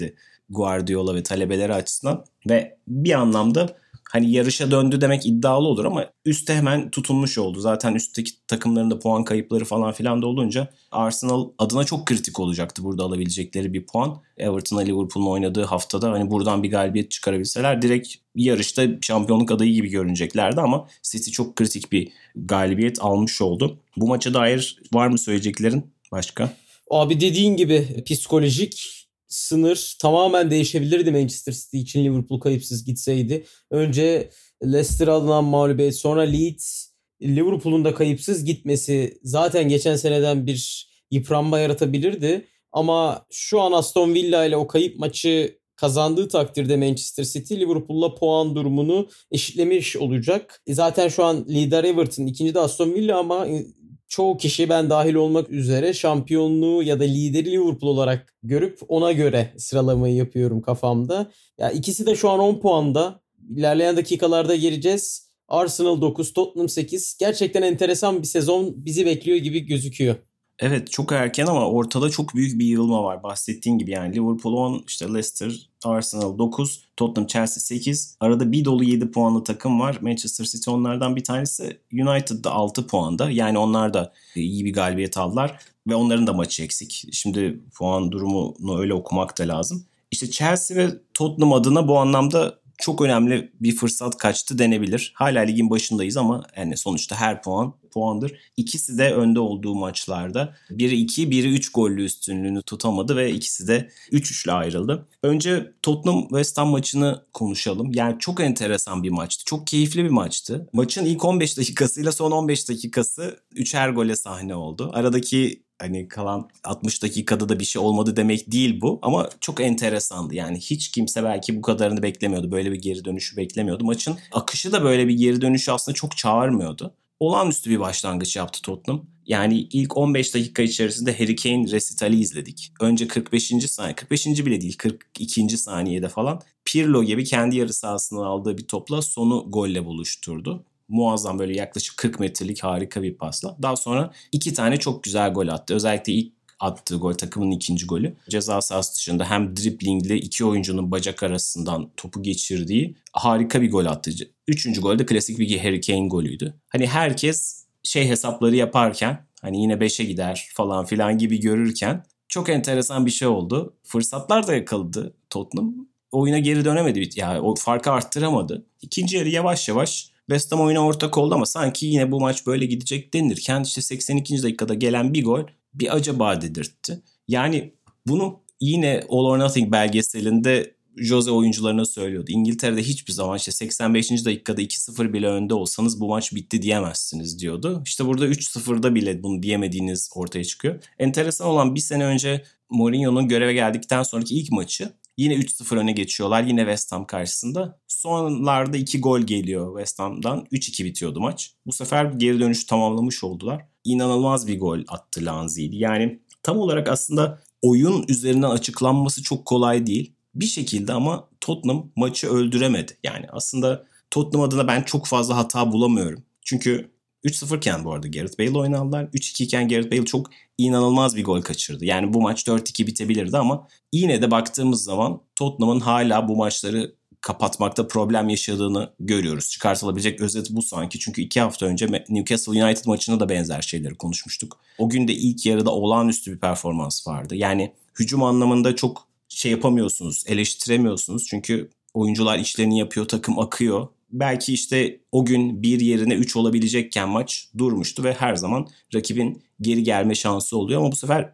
Guardiola ve talebeleri açısından ve bir anlamda hani yarışa döndü demek iddialı olur ama üste hemen tutunmuş oldu. Zaten üstteki takımların da puan kayıpları falan filan da olunca Arsenal adına çok kritik olacaktı burada alabilecekleri bir puan. Everton'la Liverpool'un oynadığı haftada hani buradan bir galibiyet çıkarabilseler direkt yarışta şampiyonluk adayı gibi görüneceklerdi ama City çok kritik bir galibiyet almış oldu. Bu maça dair var mı söyleyeceklerin başka? Abi dediğin gibi psikolojik sınır tamamen değişebilirdi Manchester City için Liverpool kayıpsız gitseydi. Önce Leicester alınan mağlubiyet, sonra Leeds, Liverpool'un da kayıpsız gitmesi zaten geçen seneden bir yıpranma yaratabilirdi. Ama şu an Aston Villa ile o kayıp maçı kazandığı takdirde Manchester City Liverpool'la puan durumunu eşitlemiş olacak. Zaten şu an lider Everton, ikinci de Aston Villa ama çoğu kişi ben dahil olmak üzere şampiyonluğu ya da lideri Liverpool olarak görüp ona göre sıralamayı yapıyorum kafamda. Ya ikisi de şu an 10 puanda. İlerleyen dakikalarda geleceğiz. Arsenal 9, Tottenham 8. Gerçekten enteresan bir sezon bizi bekliyor gibi gözüküyor. Evet çok erken ama ortada çok büyük bir yığılma var bahsettiğin gibi yani Liverpool 10, işte Leicester, Arsenal 9, Tottenham, Chelsea 8. Arada bir dolu 7 puanlı takım var. Manchester City onlardan bir tanesi. United da 6 puanda. Yani onlar da iyi bir galibiyet aldılar ve onların da maçı eksik. Şimdi puan durumunu öyle okumak da lazım. İşte Chelsea ve Tottenham adına bu anlamda çok önemli bir fırsat kaçtı denebilir. Hala ligin başındayız ama yani sonuçta her puan puandır. İkisi de önde olduğu maçlarda biri 2, biri 3 gollü üstünlüğünü tutamadı ve ikisi de 3-3'le ayrıldı. Önce Tottenham West Ham maçını konuşalım. Yani çok enteresan bir maçtı. Çok keyifli bir maçtı. Maçın ilk 15 dakikasıyla son 15 dakikası 3'er gole sahne oldu. Aradaki hani kalan 60 dakikada da bir şey olmadı demek değil bu ama çok enteresandı. Yani hiç kimse belki bu kadarını beklemiyordu. Böyle bir geri dönüşü beklemiyordu. Maçın akışı da böyle bir geri dönüşü aslında çok çağırmıyordu. Olağanüstü bir başlangıç yaptı Tottenham. Yani ilk 15 dakika içerisinde Harry Kane resitali izledik. Önce 45. saniye, 45. bile değil 42. saniyede falan Pirlo gibi kendi yarı sahasından aldığı bir topla sonu golle buluşturdu. Muazzam böyle yaklaşık 40 metrelik harika bir pasla. Daha sonra 2 tane çok güzel gol attı. Özellikle ilk attığı gol takımın ikinci golü. Ceza sahası dışında hem driblingle iki oyuncunun bacak arasından topu geçirdiği harika bir gol attı. Üçüncü gol de klasik bir Harry Kane golüydü. Hani herkes hesapları yaparken hani yine 5'e gider falan filan gibi görürken çok enteresan bir şey oldu. Fırsatlar da yakaladı Tottenham. Oyuna geri dönemedi. Yani o farkı arttıramadı. İkinci yarı yavaş yavaş West Ham oyuna ortak oldu ama sanki yine bu maç böyle gidecek denirken işte 82. dakikada gelen bir gol bir acaba dedirtti. Yani bunu yine All or Nothing belgeselinde Jose oyuncularına söylüyordu. İngiltere'de hiçbir zaman 85. dakikada 2-0 bile önde olsanız bu maç bitti diyemezsiniz diyordu. İşte burada 3-0'da bile bunu diyemediğiniz ortaya çıkıyor. Enteresan olan bir sene önce Mourinho'nun göreve geldikten sonraki ilk maçı yine 3-0 öne geçiyorlar. Yine West Ham karşısında. Sonlarda 2 gol geliyor West Ham'dan. 3-2 bitiyordu maç. Bu sefer geri dönüşü tamamlamış oldular. İnanılmaz bir gol attı Lanzini. Yani tam olarak aslında oyun üzerinden açıklanması çok kolay değil. Bir şekilde ama Tottenham maçı öldüremedi. Yani aslında Tottenham adına ben çok fazla hata bulamıyorum. Çünkü 3-0 iken bu arada Gareth Bale oynadılar. 3-2 iken Gareth Bale çok inanılmaz bir gol kaçırdı. Yani bu maç 4-2 bitebilirdi ama yine de baktığımız zaman Tottenham'ın hala bu maçları kapatmakta problem yaşadığını görüyoruz. Çıkartılabilecek özet bu sanki. Çünkü 2 hafta önce Newcastle United maçında da benzer şeyleri konuşmuştuk. O gün de ilk yarıda olağanüstü bir performans vardı. Yani hücum anlamında çok yapamıyorsunuz, eleştiremiyorsunuz. Çünkü oyuncular işlerini yapıyor, takım akıyor. Belki işte o gün bir yerine 3 olabilecekken maç durmuştu ve her zaman rakibin geri gelme şansı oluyor. Ama bu sefer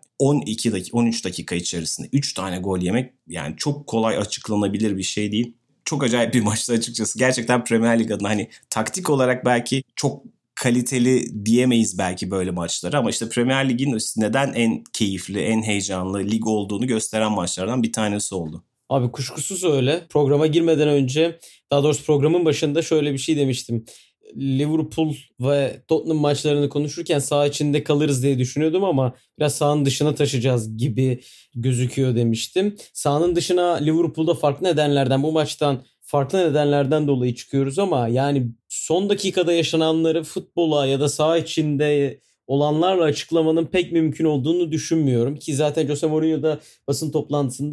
13 dakika içerisinde 3 tane gol yemek yani çok kolay açıklanabilir bir şey değil. Çok acayip bir maçtı açıkçası. Gerçekten Premier Lig adına hani taktik olarak belki çok kaliteli diyemeyiz belki böyle maçlara ama işte Premier Lig'in neden en keyifli, en heyecanlı lig olduğunu gösteren maçlardan bir tanesi oldu. Abi kuşkusuz öyle. Programa girmeden önce, daha doğrusu programın başında şöyle bir şey demiştim. Liverpool ve Tottenham maçlarını konuşurken saha içinde kalırız diye düşünüyordum ama biraz sahanın dışına taşıyacağız gibi gözüküyor demiştim. Sahanın dışına Liverpool'da farklı nedenlerden, bu maçtan farklı nedenlerden dolayı çıkıyoruz ama yani son dakikada yaşananları futbola ya da saha içinde olanlarla açıklamanın pek mümkün olduğunu düşünmüyorum. Ki zaten Jose Mourinho da basın toplantısında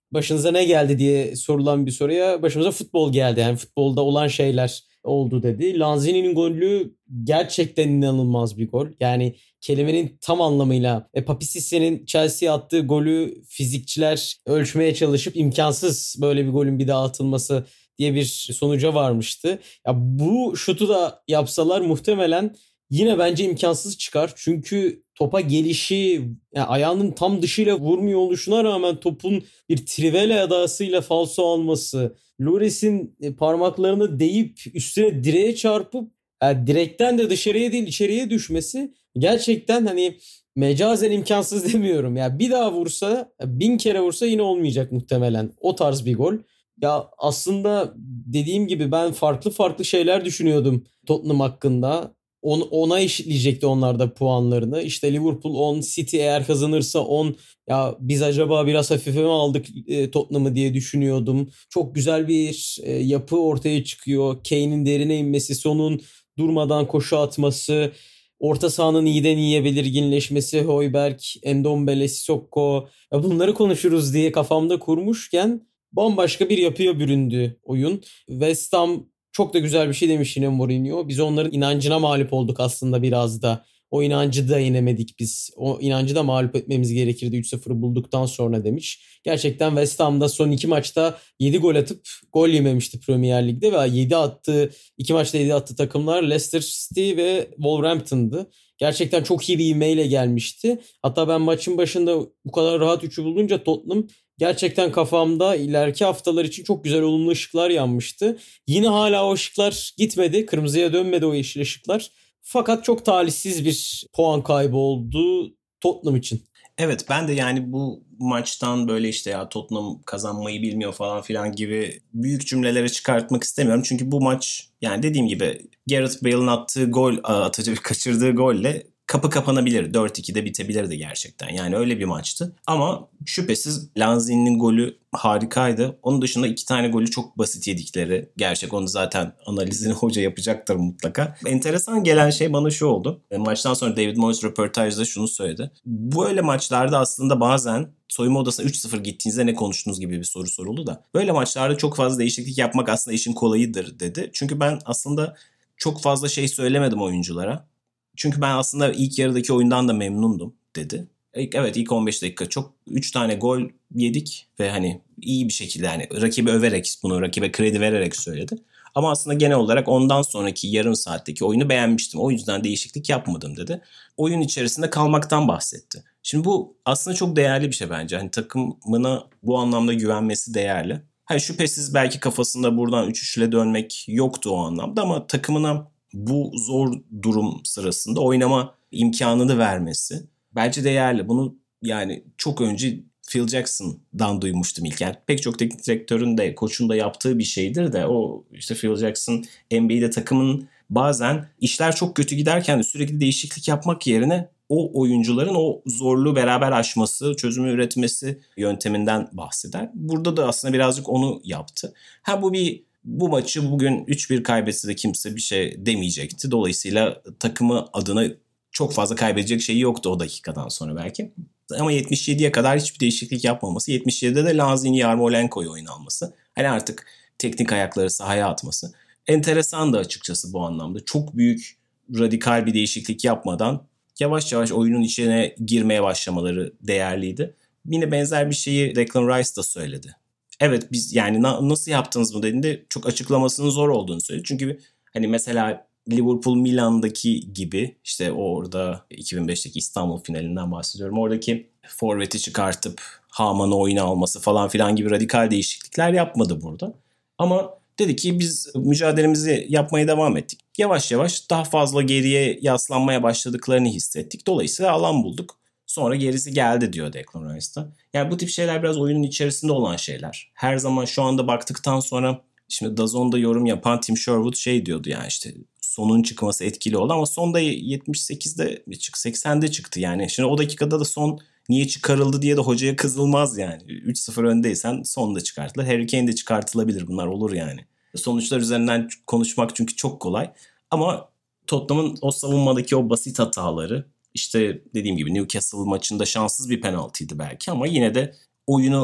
başınıza ne geldi diye sorulan bir soruya başımıza futbol geldi. Yani futbolda olan şeyler oldu dedi. Lanzini'nin golü gerçekten inanılmaz bir gol. Yani kelimenin tam anlamıyla Papisisse'nin Chelsea'ye attığı golü fizikçiler ölçmeye çalışıp imkansız böyle bir golün bir daha atılması diye bir sonuca varmıştı. Ya bu şutu da yapsalar muhtemelen yine bence imkansız çıkar. Çünkü topa gelişi, yani ayağının tam dışıyla vurmuyor oluşuna rağmen topun bir trivela edasıyla falso alması, Lloris'in parmaklarını değip üstüne direğe çarpıp yani direkten de dışarıya değil içeriye düşmesi gerçekten hani mecazen imkansız demiyorum. Ya bir daha vursa, 1000 kere vursa yine olmayacak muhtemelen. O tarz bir gol. Ya aslında dediğim gibi ben farklı farklı şeyler düşünüyordum Tottenham hakkında. Ona eşitleyecekti onlar da puanlarını. İşte Liverpool 10, City eğer kazanırsa 10. Ya biz acaba biraz hafife mi aldık Tottenham'ı diye düşünüyordum. Çok güzel bir yapı ortaya çıkıyor. Kane'in derine inmesi, Son'un durmadan koşu atması, orta sahanın iyiden iyiye belirginleşmesi, Højbjerg, Ndombele, Sissoko. Ya bunları konuşuruz diye kafamda kurmuşken bambaşka bir yapıya büründü oyun. West Ham çok da güzel bir şey demiş yine Mourinho. Biz onların inancına mağlup olduk aslında biraz da. O inancı da yenemedik biz. O inancı da mağlup etmemiz gerekirdi 3-0'ı bulduktan sonra demiş. Gerçekten West Ham'da son 2 maçta 7 gol atıp gol yememişti Premier Lig'de ve 2 maçta 7 attığı takımlar Leicester City ve Wolverhampton'dı. Gerçekten çok iyi bir ivmeyle gelmişti. Hatta ben maçın başında bu kadar rahat 3'ü bulunca Tottenham gerçekten kafamda ileriki haftalar için çok güzel olumlu ışıklar yanmıştı. Yine hala o ışıklar gitmedi. Kırmızıya dönmedi o yeşil ışıklar. Fakat çok talihsiz bir puan kaybı oldu Tottenham için. Evet, ben de yani bu maçtan böyle işte ya Tottenham kazanmayı bilmiyor falan filan gibi büyük cümleleri çıkartmak istemiyorum. Çünkü bu maç yani dediğim gibi Gareth Bale'ın attığı gol, kaçırdığı golle kapı kapanabilir. 4-2'de bitebilirdi gerçekten. Yani öyle bir maçtı. Ama şüphesiz Lanzini'nin golü harikaydı. Onun dışında 2 tane golü çok basit yedikleri. Gerçek, onu zaten analizini hoca yapacaktır mutlaka. Enteresan gelen şey bana şu oldu. Maçtan sonra David Moyes röportajda şunu söyledi. Böyle maçlarda aslında bazen soyunma odasına 3-0 gittiğinizde ne konuştunuz gibi bir soru soruldu da. Böyle maçlarda çok fazla değişiklik yapmak aslında işin kolayıdır dedi. Çünkü ben aslında çok fazla şey söylemedim oyunculara. Çünkü ben aslında ilk yarıdaki oyundan da memnundum dedi. Evet, ilk 15 dakika çok 3 tane gol yedik ve hani iyi bir şekilde yani rakibi överek, bunu rakibe kredi vererek söyledi. Ama aslında genel olarak ondan sonraki yarım saatteki oyunu beğenmiştim. O yüzden değişiklik yapmadım dedi. Oyun içerisinde kalmaktan bahsetti. Şimdi bu aslında çok değerli bir şey bence. Hani takımına bu anlamda güvenmesi değerli. Hani şüphesiz belki kafasında buradan 3-3'le dönmek yoktu o anlamda ama takımına bu zor durum sırasında oynama imkanını vermesi bence değerli. Bunu yani çok önce Phil Jackson'dan duymuştum ilk. Yani pek çok teknik direktörün de koçun da yaptığı bir şeydir de o işte Phil Jackson NBA'de takımın bazen işler çok kötü giderken de sürekli değişiklik yapmak yerine o oyuncuların o zorluğu beraber aşması, çözümü üretmesi yönteminden bahseder. Burada da aslında birazcık onu yaptı. Bu maçı bugün 3-1 kaybetse de kimse bir şey demeyecekti. Dolayısıyla takımı adına çok fazla kaybedecek şeyi yoktu o dakikadan sonra belki. Ama 77'ye kadar hiçbir değişiklik yapmaması. 77'de de Lanzini Yarmolenko'yu oyun alması. Hani artık teknik ayakları sahaya atması. Enteresan da açıkçası bu anlamda. Çok büyük radikal bir değişiklik yapmadan yavaş yavaş oyunun içine girmeye başlamaları değerliydi. Yine benzer bir şeyi Declan Rice da söyledi. Evet, biz yani nasıl yaptınız bu dediğinde çok açıklamasının zor olduğunu söyledi. Çünkü hani mesela Liverpool Milan'daki gibi işte orada 2005'teki İstanbul finalinden bahsediyorum. Oradaki forveti çıkartıp Haman'ı oyuna alması falan filan gibi radikal değişiklikler yapmadı burada. Ama dedi ki biz mücadelemizi yapmaya devam ettik. Yavaş yavaş daha fazla geriye yaslanmaya başladıklarını hissettik. Dolayısıyla alan bulduk. Sonra gerisi geldi diyor Declan Rice'da. Yani bu tip şeyler biraz oyunun içerisinde olan şeyler. Her zaman şu anda baktıktan sonra şimdi DAZN'da yorum yapan Tim Sherwood şey diyordu yani işte Son'un çıkması etkili oldu ama Son da 78'de 80'de çıktı yani. Şimdi o dakikada da Son niye çıkarıldı diye de hocaya kızılmaz yani. 3-0 öndeysen Son da çıkartılır. Harry Kane de çıkartılabilir, bunlar olur yani. Sonuçlar üzerinden konuşmak çünkü çok kolay. Ama Tottenham'ın o savunmadaki o basit hataları, İşte dediğim gibi Newcastle maçında şanssız bir penaltıydı belki ama yine de oyunu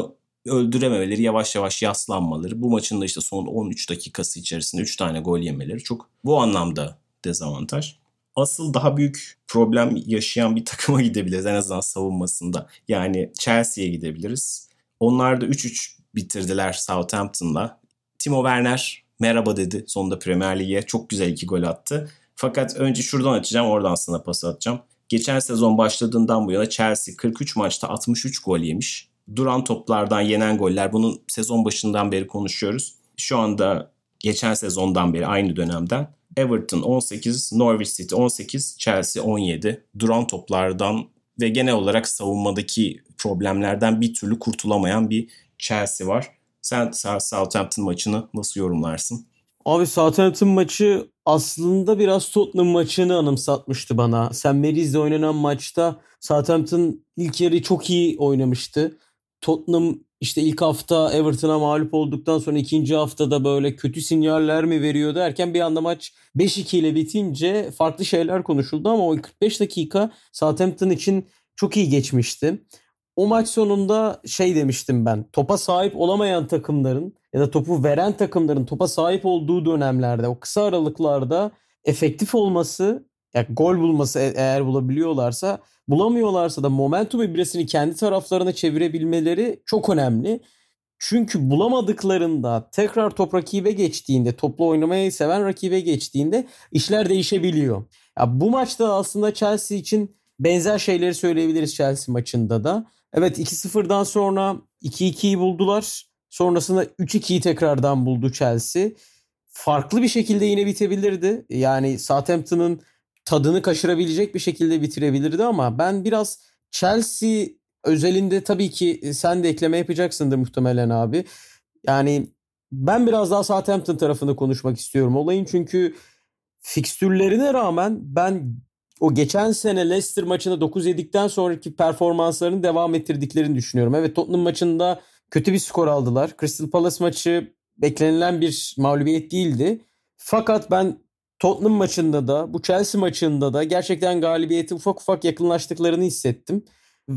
öldürememeleri, yavaş yavaş yaslanmaları, bu maçın da işte son 13 dakikası içerisinde 3 tane gol yemeleri çok bu anlamda dezavantaj. Asıl daha büyük problem yaşayan bir takıma gidebiliriz en azından savunmasında. Yani Chelsea'ye gidebiliriz. Onlar da 3-3 bitirdiler Southampton'la. Timo Werner merhaba dedi sonunda Premier Lig'e. Çok güzel 2 gol attı. Fakat önce şuradan açacağım, oradan sana pas atacağım. Geçen sezon başladığından bu yana Chelsea 43 maçta 63 gol yemiş. Duran toplardan yenen goller, bunu sezon başından beri konuşuyoruz. Şu anda geçen sezondan beri aynı dönemden Everton 18, Norwich City 18, Chelsea 17. Duran toplardan ve genel olarak savunmadaki problemlerden bir türlü kurtulamayan bir Chelsea var. Sen Southampton maçını nasıl yorumlarsın? Abi Southampton maçı aslında biraz Tottenham maçını anımsatmıştı bana. St. Mary's'de oynanan maçta Southampton ilk yarı çok iyi oynamıştı. Tottenham işte ilk hafta Everton'a mağlup olduktan sonra ikinci haftada böyle kötü sinyaller mi veriyor derken bir anda maç 5-2 ile bitince farklı şeyler konuşuldu ama o 45 dakika Southampton için çok iyi geçmişti. O maç sonunda şey demiştim ben. Topa sahip olamayan takımların ya da topu veren takımların topa sahip olduğu dönemlerde, o kısa aralıklarda efektif olması, yani gol bulması eğer bulabiliyorlarsa, bulamıyorlarsa da momentum ibresini kendi taraflarına çevirebilmeleri çok önemli. Çünkü bulamadıklarında tekrar top rakibe geçtiğinde, toplu oynamayı seven rakibe geçtiğinde işler değişebiliyor. Ya bu maçta aslında Chelsea için benzer şeyleri söyleyebiliriz Chelsea maçında da. Evet 2-0'dan sonra 2-2'yi buldular. Sonrasında 3-2'yi tekrardan buldu Chelsea. Farklı bir şekilde yine bitebilirdi. Yani Southampton'ın tadını kaçırabilecek bir şekilde bitirebilirdi ama ben biraz Chelsea özelinde tabii ki sen de ekleme yapacaksındır muhtemelen abi. Yani ben biraz daha Southampton tarafını konuşmak istiyorum olayın çünkü fikstürlerine rağmen ben o geçen sene Leicester maçında 9 yedikten sonraki performanslarını devam ettirdiklerini düşünüyorum. Evet Tottenham maçında kötü bir skor aldılar. Crystal Palace maçı beklenilen bir mağlubiyet değildi. Fakat ben Tottenham maçında da bu Chelsea maçında da gerçekten galibiyete ufak ufak yakınlaştıklarını hissettim.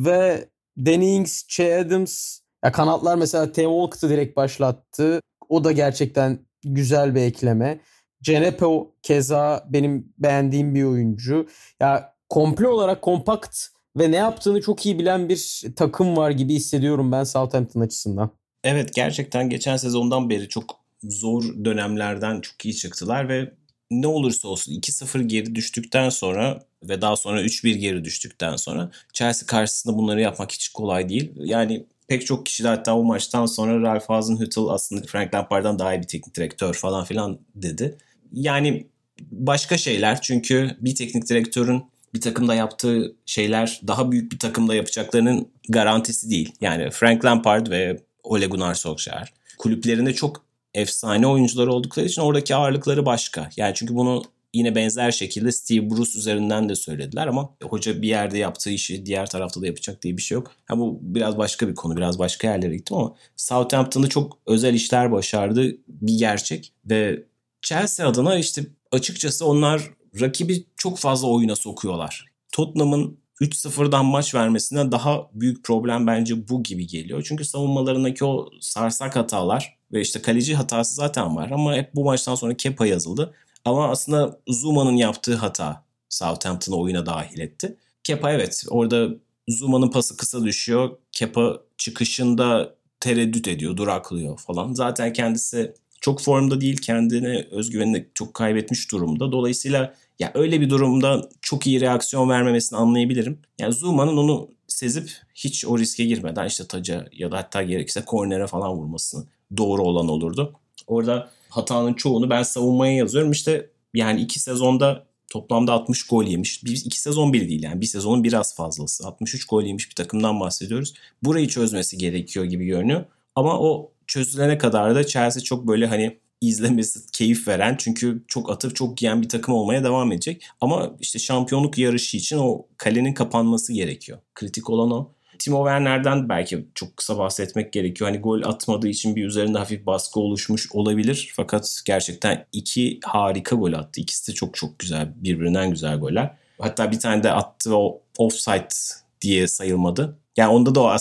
Ve Danny Ings, Che Adams, ya kanatlar mesela Theo Walcott'ı direkt başlattı. O da gerçekten güzel bir ekleme. Cenepo keza benim beğendiğim bir oyuncu. Ya komple olarak kompakt ve ne yaptığını çok iyi bilen bir takım var gibi hissediyorum ben Southampton açısından. Evet, gerçekten geçen sezondan beri çok zor dönemlerden çok iyi çıktılar ve ne olursa olsun 2-0 geri düştükten sonra ve daha sonra 3-1 geri düştükten sonra Chelsea karşısında bunları yapmak hiç kolay değil. Yani pek çok kişi de hatta o maçtan sonra Ralph Hasenhüttl aslında Frank Lampard'dan daha iyi bir teknik direktör falan filan dedi. Yani başka şeyler, çünkü bir teknik direktörün bir takımda yaptığı şeyler daha büyük bir takımda yapacaklarının garantisi değil. Yani Frank Lampard ve Ole Gunnar Solskjaer kulüplerinde çok efsane oyuncular oldukları için oradaki ağırlıkları başka. Yani çünkü bunu yine benzer şekilde Steve Bruce üzerinden de söylediler ama hoca bir yerde yaptığı işi diğer tarafta da yapacak diye bir şey yok. Ha, bu biraz başka bir konu, biraz başka yerlere gittim ama Southampton'da çok özel işler başardı, bir gerçek. Ve Chelsea adına işte açıkçası onlar rakibi çok fazla oyuna sokuyorlar. Tottenham'ın 3-0'dan maç vermesinden daha büyük problem bence bu gibi geliyor. Çünkü savunmalarındaki o sarsak hatalar ve işte kaleci hatası zaten var ama hep bu maçtan sonra Kepa yazıldı. Ama aslında Zuma'nın yaptığı hata Southampton'ı oyuna dahil etti. Kepa, evet, orada Zuma'nın pası kısa düşüyor. Kepa çıkışında tereddüt ediyor, duraklıyor falan. Zaten kendisi çok formda değil, kendine özgüvenini çok kaybetmiş durumda. Dolayısıyla ya öyle bir durumda çok iyi reaksiyon vermemesini anlayabilirim. Yani Zuma'nın onu sezip hiç o riske girmeden işte taca ya da hatta gerekirse kornere falan vurması doğru olan olurdu. Orada hatanın çoğunu ben savunmaya yazıyorum. İşte yani 2 sezonda toplamda 60 gol yemiş. 2 sezon bile değil yani. Bir sezonun biraz fazlası. 63 gol yemiş bir takımdan bahsediyoruz. Burayı çözmesi gerekiyor gibi görünüyor. Ama o çözülene kadar da Chelsea çok böyle hani izlemesi keyif veren, çünkü çok atıp çok giyen bir takım olmaya devam edecek. Ama işte şampiyonluk yarışı için o kalenin kapanması gerekiyor. Kritik olan o. Timo Werner'den belki çok kısa bahsetmek gerekiyor. Hani gol atmadığı için bir üzerinde hafif baskı oluşmuş olabilir. Fakat gerçekten 2 harika gol attı. İkisi de çok çok güzel, birbirinden güzel goller. Hatta bir tane de attı o offside diye sayılmadı. Yani onda da o aslında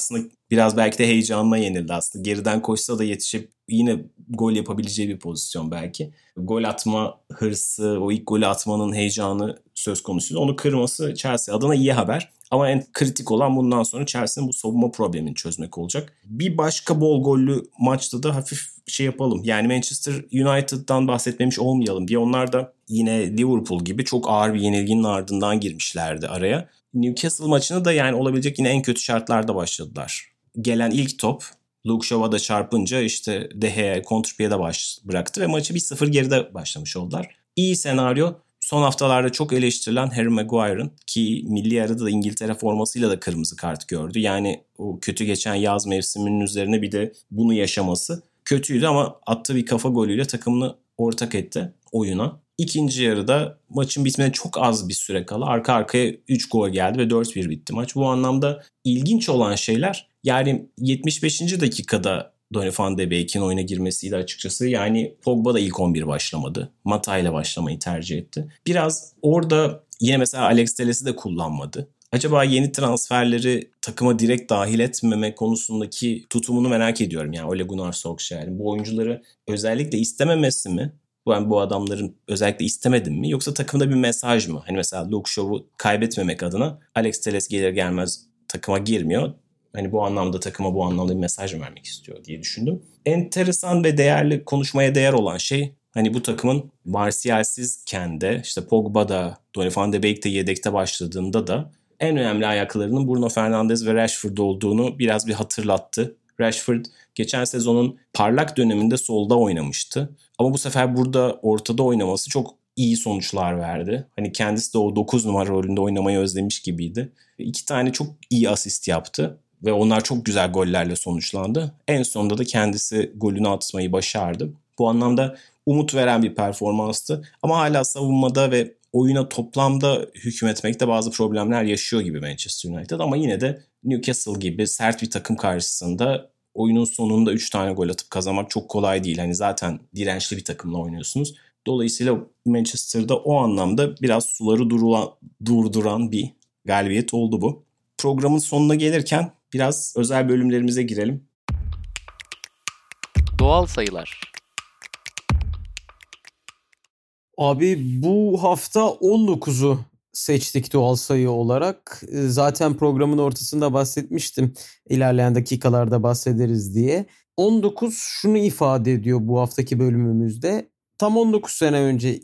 Biraz belki de heyecanına yenildi aslında. Geriden koşsa da yetişip yine gol yapabileceği bir pozisyon belki. Gol atma hırsı, o ilk golü atmanın heyecanı söz konusuydu. Onu kırması Chelsea adına iyi haber. Ama en kritik olan bundan sonra Chelsea'nin bu savunma problemini çözmek olacak. Bir başka bol gollü maçta da hafif şey yapalım. Yani Manchester United'dan bahsetmemiş olmayalım diye. Onlar da yine Liverpool gibi çok ağır bir yenilginin ardından girmişlerdi araya. Newcastle maçını da yani olabilecek yine en kötü şartlarda başladılar. Gelen ilk top Luke Shaw'a da çarpınca işte De Gea kontrpiyede bıraktı ve maçı 1-0 geride başlamış oldular. İyi senaryo. Son haftalarda çok eleştirilen Harry Maguire'ın, ki milli arada da İngiltere formasıyla da kırmızı kart gördü. Yani o kötü geçen yaz mevsiminin üzerine bir de bunu yaşaması kötüydü ama attığı bir kafa golüyle takımını ortak etti oyuna. İkinci yarıda maçın bitmene çok az bir süre kala arka arkaya 3 gol geldi ve 4-1 bitti maç. Bu anlamda ilginç olan şeyler, yani 75. dakikada Donny van de Beek'in oyuna girmesiydi açıkçası. Yani Pogba da ilk 11 başlamadı. Mata ile başlamayı tercih etti. Biraz orada yine mesela Alex Telles'i de kullanmadı. Acaba yeni transferleri takıma direkt dahil etmeme konusundaki tutumunu merak ediyorum. Yani Ole Gunnar Solskjaer'in bu oyuncuları özellikle istememesi mi? Ben bu adamların özellikle istemedim mi? Yoksa takımda bir mesaj mı? Hani mesela Luke Shaw'u kaybetmemek adına Alex Telles gelir gelmez takıma girmiyor. Hani bu anlamda takıma bu anlamda bir mesaj mı vermek istiyor diye düşündüm. Enteresan ve değerli, konuşmaya değer olan şey, hani bu takımın Martial'sizken de işte Pogba'da, Donny van de Beek de yedekte başladığında da en önemli ayaklarının Bruno Fernandes ve Rashford olduğunu biraz bir hatırlattı. Rashford geçen sezonun parlak döneminde solda oynamıştı. Ama bu sefer burada ortada oynaması çok iyi sonuçlar verdi. Hani kendisi de o 9 numara rolünde oynamayı özlemiş gibiydi. 2 tane çok iyi asist yaptı ve onlar çok güzel gollerle sonuçlandı. En sonunda da kendisi golünü atmayı başardı. Bu anlamda umut veren bir performanstı. Ama hala savunmada ve oyuna toplamda hükmetmekte bazı problemler yaşıyor gibi Manchester United. Ama yine de Newcastle gibi sert bir takım karşısında oyunun sonunda 3 tane gol atıp kazanmak çok kolay değil. Hani zaten dirençli bir takımla oynuyorsunuz. Dolayısıyla Manchester'da o anlamda biraz suları durduran bir galibiyet oldu bu. Programın sonuna gelirken biraz özel bölümlerimize girelim. Doğal sayılar. Abi bu hafta 19'u seçtik doğal sayı olarak. Zaten programın ortasında bahsetmiştim. İlerleyen dakikalarda bahsederiz diye. 19 şunu ifade ediyor bu haftaki bölümümüzde. Tam 19 sene önce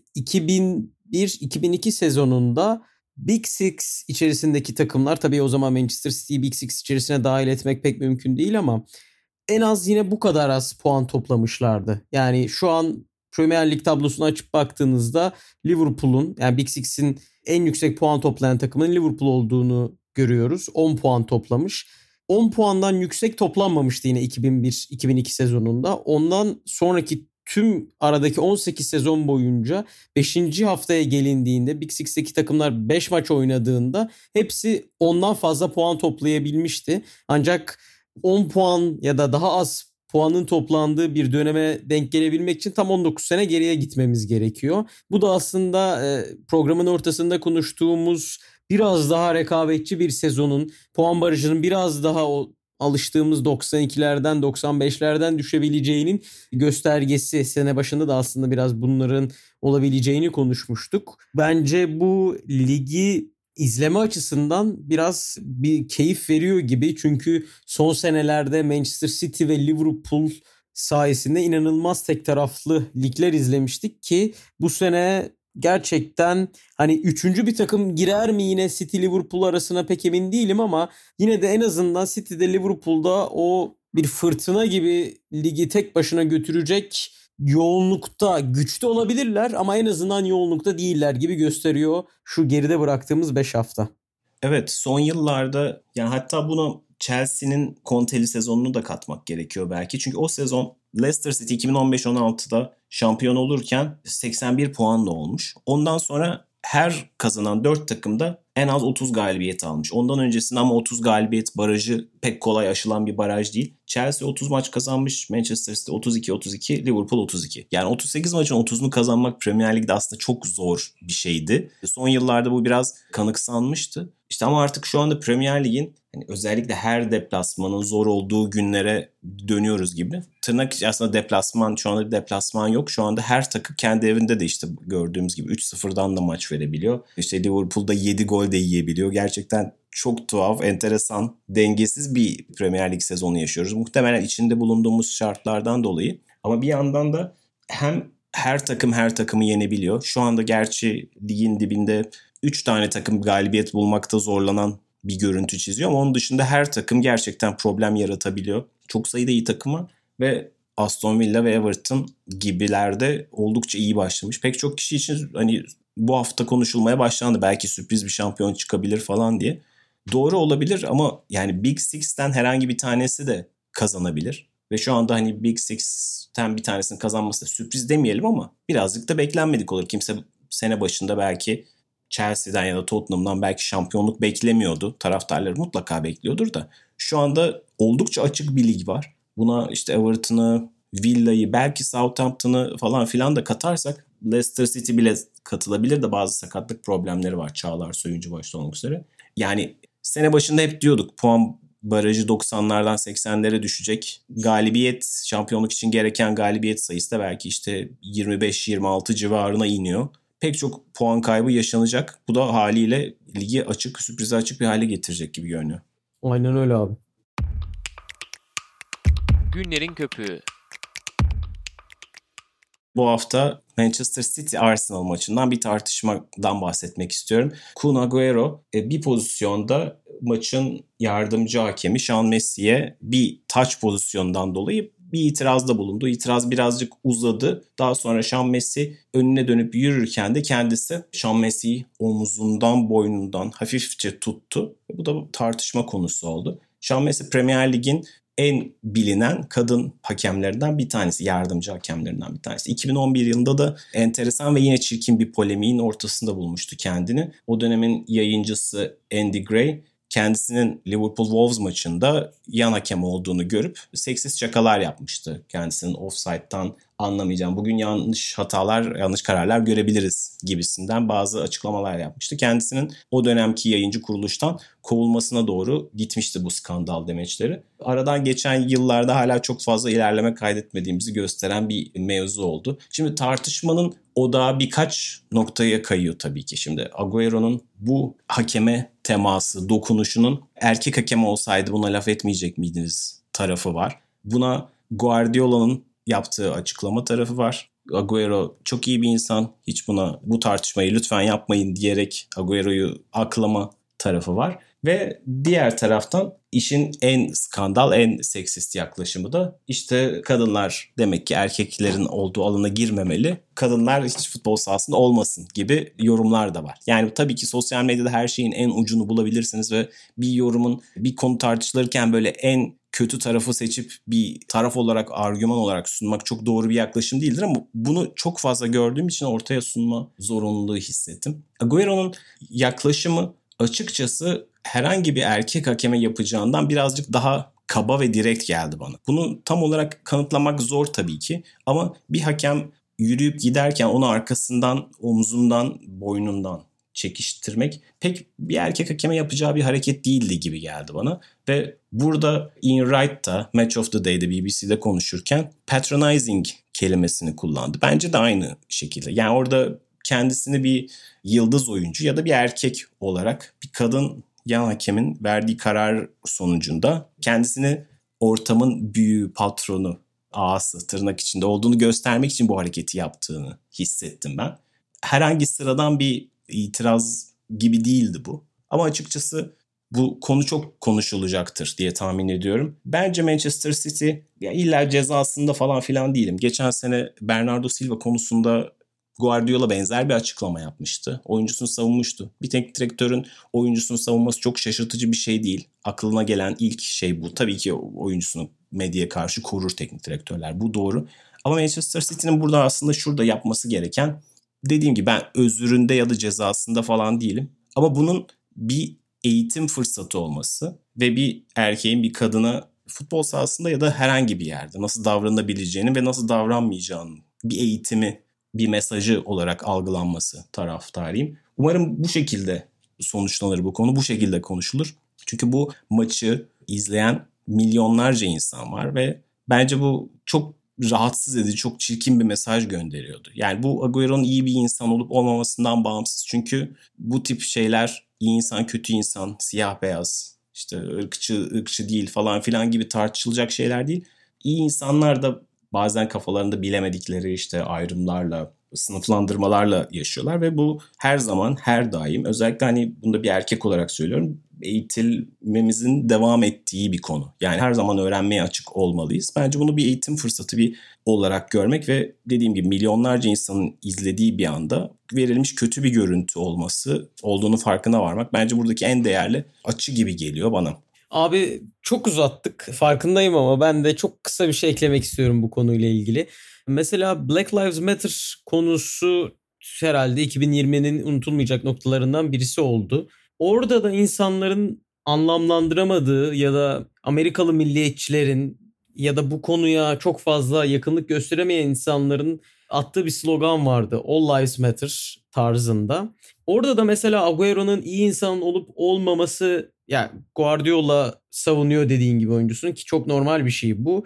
2001-2002 sezonunda Big Six içerisindeki takımlar, tabii o zaman Manchester City'yi Big Six içerisine dahil etmek pek mümkün değil ama en az yine bu kadar az puan toplamışlardı. Yani şu an Premier Lig tablosunu açıp baktığınızda Liverpool'un, yani Big Six'in en yüksek puan toplayan takımın Liverpool olduğunu görüyoruz. 10 puan toplamış. 10 puandan yüksek toplanmamıştı yine 2001-2002 sezonunda. Ondan sonraki tüm aradaki 18 sezon boyunca 5. haftaya gelindiğinde Big Six'teki takımlar 5 maç oynadığında hepsi ondan fazla puan toplayabilmişti. Ancak 10 puan ya da daha az puanın toplandığı bir döneme denk gelebilmek için tam 19 sene geriye gitmemiz gerekiyor. Bu da aslında programın ortasında konuştuğumuz biraz daha rekabetçi bir sezonun, puan barajının biraz daha alıştığımız 92'lerden 95'lerden düşebileceğinin göstergesi. Sene başında da aslında biraz bunların olabileceğini konuşmuştuk. Bence bu ligi İzleme açısından biraz bir keyif veriyor gibi. Çünkü son senelerde Manchester City ve Liverpool sayesinde inanılmaz tek taraflı ligler izlemiştik ki bu sene gerçekten hani üçüncü bir takım girer mi yine City Liverpool arasına pek emin değilim ama yine de en azından City'de Liverpool'da o bir fırtına gibi ligi tek başına götürecek yoğunlukta, güçte olabilirler ama en azından yoğunlukta değiller gibi gösteriyor şu geride bıraktığımız 5 hafta. Evet, son yıllarda yani hatta buna Chelsea'nin Conte'li sezonunu da katmak gerekiyor belki. Çünkü o sezon Leicester City 2015-16'da şampiyon olurken 81 puanla olmuş. Ondan sonra her kazanan 4 takımda en az 30 galibiyet almış. Ondan öncesinde ama 30 galibiyet barajı pek kolay aşılan bir baraj değil. Chelsea 30 maç kazanmış, Manchester City 32, Liverpool 32. Yani 38 maçın 30'unu kazanmak Premier Lig'de aslında çok zor bir şeydi. Son yıllarda bu biraz kanıksanmıştı. İşte ama artık şu anda Premier Lig'in özellikle her deplasmanın zor olduğu günlere dönüyoruz gibi. Tırnak içi aslında deplasman, şu anda bir deplasman yok. Şu anda her takım kendi evinde de işte gördüğümüz gibi 3-0'dan da maç verebiliyor. İşte Liverpool'da 7 gol de yiyebiliyor. Gerçekten çok tuhaf, enteresan, dengesiz bir Premier Lig sezonu yaşıyoruz. Muhtemelen içinde bulunduğumuz şartlardan dolayı. Ama bir yandan da hem her takımı yenebiliyor. Şu anda gerçi ligin dibinde 3 tane takım galibiyet bulmakta zorlanan bir görüntü çiziyor. Ama onun dışında her takım gerçekten problem yaratabiliyor. Çok sayıda iyi takım var ve Aston Villa ve Everton gibilerde oldukça iyi başlamış. Pek çok kişi için bu hafta konuşulmaya başlandı. Belki sürpriz bir şampiyon çıkabilir falan diye. Doğru olabilir ama yani Big Six'ten herhangi bir tanesi de kazanabilir. Ve şu anda Big Six'ten bir tanesinin kazanması da sürpriz demeyelim ama birazcık da beklenmedik olur. Kimse sene başında belki Chelsea'den ya da Tottenham'dan belki şampiyonluk beklemiyordu. Taraftarları mutlaka bekliyordur da. Şu anda oldukça açık bir lig var. Buna işte Everton'ı, Villa'yı, belki Southampton'ı falan filan da katarsak Leicester City bile katılabilir de bazı sakatlık problemleri var. Çağlar Söyüncü başta olmak üzere. Yani sene başında hep diyorduk puan barajı 90'lardan 80'lere düşecek. Galibiyet, şampiyonluk için gereken galibiyet sayısı da belki işte 25-26 civarına iniyor. Pek çok puan kaybı yaşanacak. Bu da haliyle ligi sürprize açık bir hale getirecek gibi görünüyor. Aynen öyle abi. Günlerin köpüğü. Bu hafta Manchester City Arsenal maçından bir tartışmadan bahsetmek istiyorum. Kun Agüero bir pozisyonda maçın yardımcı hakemi Sean Messi'ye bir touch pozisyondan dolayı bir itirazda bulundu. İtiraz birazcık uzadı. Daha sonra Sean Messi önüne dönüp yürürken de kendisi Sean Messi'yi omuzundan, boynundan hafifçe tuttu. Bu da tartışma konusu oldu. Sean Messi Premier Lig'in en bilinen kadın hakemlerinden bir tanesi, yardımcı hakemlerinden bir tanesi. 2011 yılında da enteresan ve yine çirkin bir polemiğin ortasında bulmuştu kendini. O dönemin yayıncısı Andy Gray kendisinin Liverpool Wolves maçında yan hakem olduğunu görüp seksist şakalar yapmıştı. Kendisinin offside'dan anlamayacağım, bugün yanlış kararlar görebiliriz gibisinden bazı açıklamalar yapmıştı. Kendisinin o dönemki yayıncı kuruluştan kovulmasına doğru gitmişti bu skandal demeçleri. Aradan geçen yıllarda hala çok fazla ilerleme kaydetmediğimizi gösteren bir mevzu oldu. Şimdi tartışmanın odağı birkaç noktaya kayıyor tabii ki. Şimdi Agüero'nun bu hakeme teması, dokunuşunun erkek hakem olsaydı buna laf etmeyecek miydiniz tarafı var. Buna Guardiola'nın yaptığı açıklama tarafı var. Agüero çok iyi bir insan. Hiç bu tartışmayı lütfen yapmayın diyerek Agüero'yu aklama tarafı var. Ve diğer taraftan işin en skandal, en seksist yaklaşımı da işte kadınlar demek ki erkeklerin olduğu alana girmemeli. Kadınlar hiç futbol sahasında olmasın gibi yorumlar da var. Yani tabii ki sosyal medyada her şeyin en ucunu bulabilirsiniz ve bir konu tartışılırken böyle en kötü tarafı seçip bir taraf olarak, argüman olarak sunmak çok doğru bir yaklaşım değildir ama bunu çok fazla gördüğüm için ortaya sunma zorunluluğu hissettim. Agüero'nun yaklaşımı açıkçası herhangi bir erkek hakeme yapacağından birazcık daha kaba ve direkt geldi bana. Bunu tam olarak kanıtlamak zor tabii ki ama bir hakem yürüyüp giderken onu arkasından, omzundan, boynundan çekiştirmek pek bir erkek hakeme yapacağı bir hareket değildi gibi geldi bana. Ve burada Ian Wright da Match of the Day'de BBC'de konuşurken patronizing kelimesini kullandı. Bence de aynı şekilde. Yani orada kendisini bir yıldız oyuncu ya da bir erkek olarak bir kadın yan hakemin verdiği karar sonucunda kendisini ortamın büyüğü, patronu, ağası tırnak içinde olduğunu göstermek için bu hareketi yaptığını hissettim ben. Herhangi sıradan bir itiraz gibi değildi bu. Ama açıkçası bu konu çok konuşulacaktır diye tahmin ediyorum. Bence Manchester City illa cezasında falan filan değilim. Geçen sene Bernardo Silva konusunda Guardiola benzer bir açıklama yapmıştı. Oyuncusunu savunmuştu. Bir teknik direktörün oyuncusunu savunması çok şaşırtıcı bir şey değil. Aklına gelen ilk şey bu. Tabii ki oyuncusunu medyaya karşı korur teknik direktörler. Bu doğru. Ama Manchester City'nin burada aslında şurada yapması gereken, dediğim gibi ben özüründe ya da cezasında falan değilim. Ama bunun bir eğitim fırsatı olması ve bir erkeğin bir kadına futbol sahasında ya da herhangi bir yerde nasıl davranabileceğini ve nasıl davranmayacağını bir eğitimi, bir mesajı olarak algılanması taraftarıyım. Umarım bu şekilde sonuçlanır bu konu, bu şekilde konuşulur. Çünkü bu maçı izleyen milyonlarca insan var ve bence bu çok rahatsız edici, çok çirkin bir mesaj gönderiyordu. Yani bu Agüero'nun iyi bir insan olup olmamasından bağımsız. Çünkü bu tip şeyler iyi insan, kötü insan, siyah beyaz, işte ırkçı değil falan filan gibi tartışılacak şeyler değil. İyi insanlar da bazen kafalarında bilemedikleri işte ayrımlarla, sınıflandırmalarla yaşıyorlar ve bu her zaman, her daim, özellikle hani bunu da bir erkek olarak söylüyorum, eğitilmemizin devam ettiği bir konu. Yani her zaman öğrenmeye açık olmalıyız. Bence bunu bir eğitim fırsatı olarak görmek ve dediğim gibi milyonlarca insanın izlediği bir anda verilmiş kötü bir görüntü olduğunu farkına varmak bence buradaki en değerli açı gibi geliyor bana. Abi çok uzattık, farkındayım, ama ben de çok kısa bir şey eklemek istiyorum bu konuyla ilgili. Mesela Black Lives Matter konusu herhalde 2020'nin unutulmayacak noktalarından birisi oldu. Orada da insanların anlamlandıramadığı ya da Amerikalı milliyetçilerin ya da bu konuya çok fazla yakınlık gösteremeyen insanların attığı bir slogan vardı. All Lives Matter tarzında. Orada da mesela Agüero'nun iyi insan olup olmaması, yani Guardiola savunuyor dediğin gibi oyuncusunun, ki çok normal bir şey bu.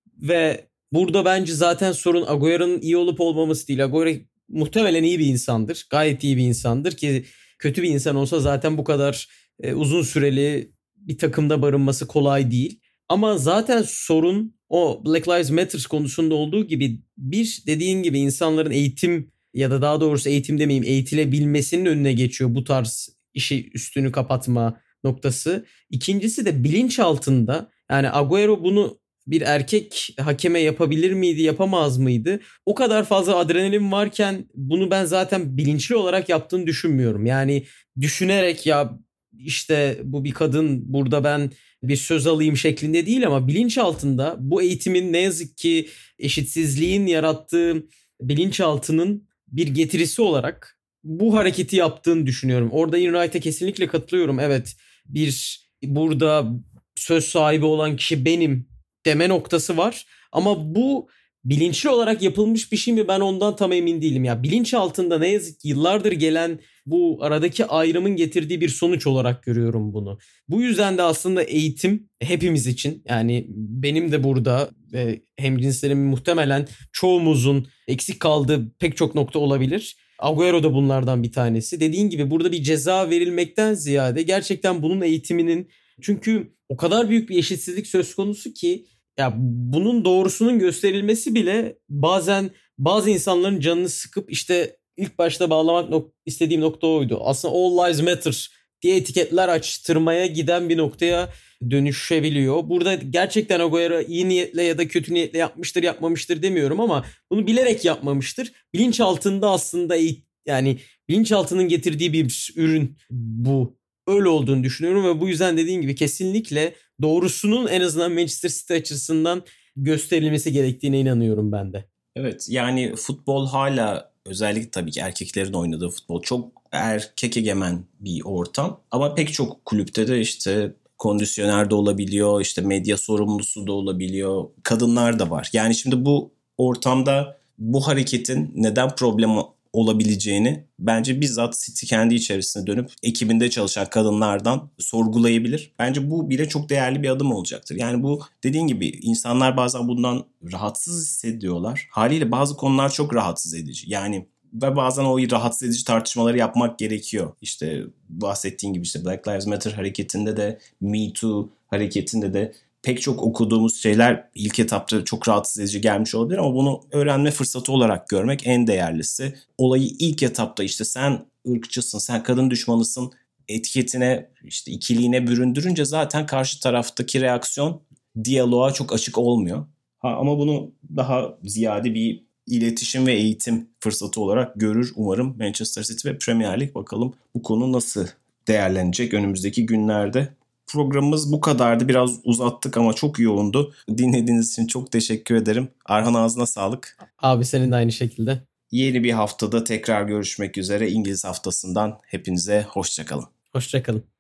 Ve burada bence zaten sorun Agüero'nun iyi olup olmaması değil. Agüero muhtemelen iyi bir insandır. Gayet iyi bir insandır ki kötü bir insan olsa zaten bu kadar uzun süreli bir takımda barınması kolay değil. Ama zaten sorun o Black Lives Matter konusunda olduğu gibi, bir dediğin gibi insanların eğitim ya da daha doğrusu eğitim demeyeyim, eğitilebilmesinin önüne geçiyor bu tarz işi üstünü kapatma noktası. İkincisi de bilinç altında, yani Agüero bunu bir erkek hakeme yapabilir miydi, yapamaz mıydı? O kadar fazla adrenalin varken bunu ben zaten bilinçli olarak yaptığını düşünmüyorum. Yani düşünerek ya işte bu bir kadın, burada ben bir söz alayım şeklinde değil, ama bilinç altında bu eğitimin ne yazık ki eşitsizliğin yarattığı bilinçaltının bir getirisi olarak bu hareketi yaptığını düşünüyorum. Orada Ian Wright'a kesinlikle katılıyorum. Evet, burada söz sahibi olan kişi benim deme noktası var. Ama bu bilinçli olarak yapılmış bir şey mi, ben ondan tam emin değilim. Ya bilinç altında ne yazık ki yıllardır gelen bu aradaki ayrımın getirdiği bir sonuç olarak görüyorum bunu. Bu yüzden de aslında eğitim hepimiz için, yani benim de burada ve hemcinslerimin muhtemelen çoğumuzun eksik kaldığı pek çok nokta olabilir. Agüero da bunlardan bir tanesi. Dediğin gibi burada bir ceza verilmekten ziyade gerçekten bunun eğitiminin, çünkü o kadar büyük bir eşitsizlik söz konusu ki ya bunun doğrusunun gösterilmesi bile bazen bazı insanların canını sıkıp, işte ilk başta bağlamak istediğim nokta oydu. Aslında All Lives Matter diye etiketler açtırmaya giden bir noktaya dönüşebiliyor. Burada gerçekten Agüero iyi niyetle ya da kötü niyetle yapmıştır yapmamıştır demiyorum, ama bunu bilerek yapmamıştır. Bilinçaltında aslında yani bilinçaltının getirdiği bir ürün bu. Öyle olduğunu düşünüyorum ve bu yüzden dediğin gibi kesinlikle doğrusunun en azından Manchester City açısından gösterilmesi gerektiğine inanıyorum ben de. Evet, yani futbol hala, özellikle tabii ki erkeklerin oynadığı futbol, çok erkek egemen bir ortam. Ama pek çok kulüpte de işte kondisyoner de olabiliyor, işte medya sorumlusu da olabiliyor, kadınlar da var. Yani şimdi bu ortamda bu hareketin neden problem olabileceğini bence bizzat City kendi içerisine dönüp ekibinde çalışan kadınlardan sorgulayabilir. Bence bu bile çok değerli bir adım olacaktır. Yani bu dediğin gibi insanlar bazen bundan rahatsız hissediyorlar. Haliyle bazı konular çok rahatsız edici. Yani ve bazen o rahatsız edici tartışmaları yapmak gerekiyor. İşte bahsettiğin gibi işte Black Lives Matter hareketinde de, Me Too hareketinde de pek çok okuduğumuz şeyler ilk etapta çok rahatsız edici gelmiş olabilir ama bunu öğrenme fırsatı olarak görmek en değerlisi. Olayı ilk etapta işte sen ırkçısın, sen kadın düşmanısın etiketine, işte ikiliğine büründürünce zaten karşı taraftaki reaksiyon diyaloğa çok açık olmuyor. Ama bunu daha ziyade bir iletişim ve eğitim fırsatı olarak görür umarım Manchester City ve Premier Lig. Bakalım bu konu nasıl değerlenecek önümüzdeki günlerde. Programımız bu kadardı. Biraz uzattık ama çok yoğundu. Dinlediğiniz için çok teşekkür ederim. Arhan, ağzına sağlık. Abi senin de aynı şekilde. Yeni bir haftada tekrar görüşmek üzere. İngiliz haftasından hepinize hoşça kalın. Hoşça kalın.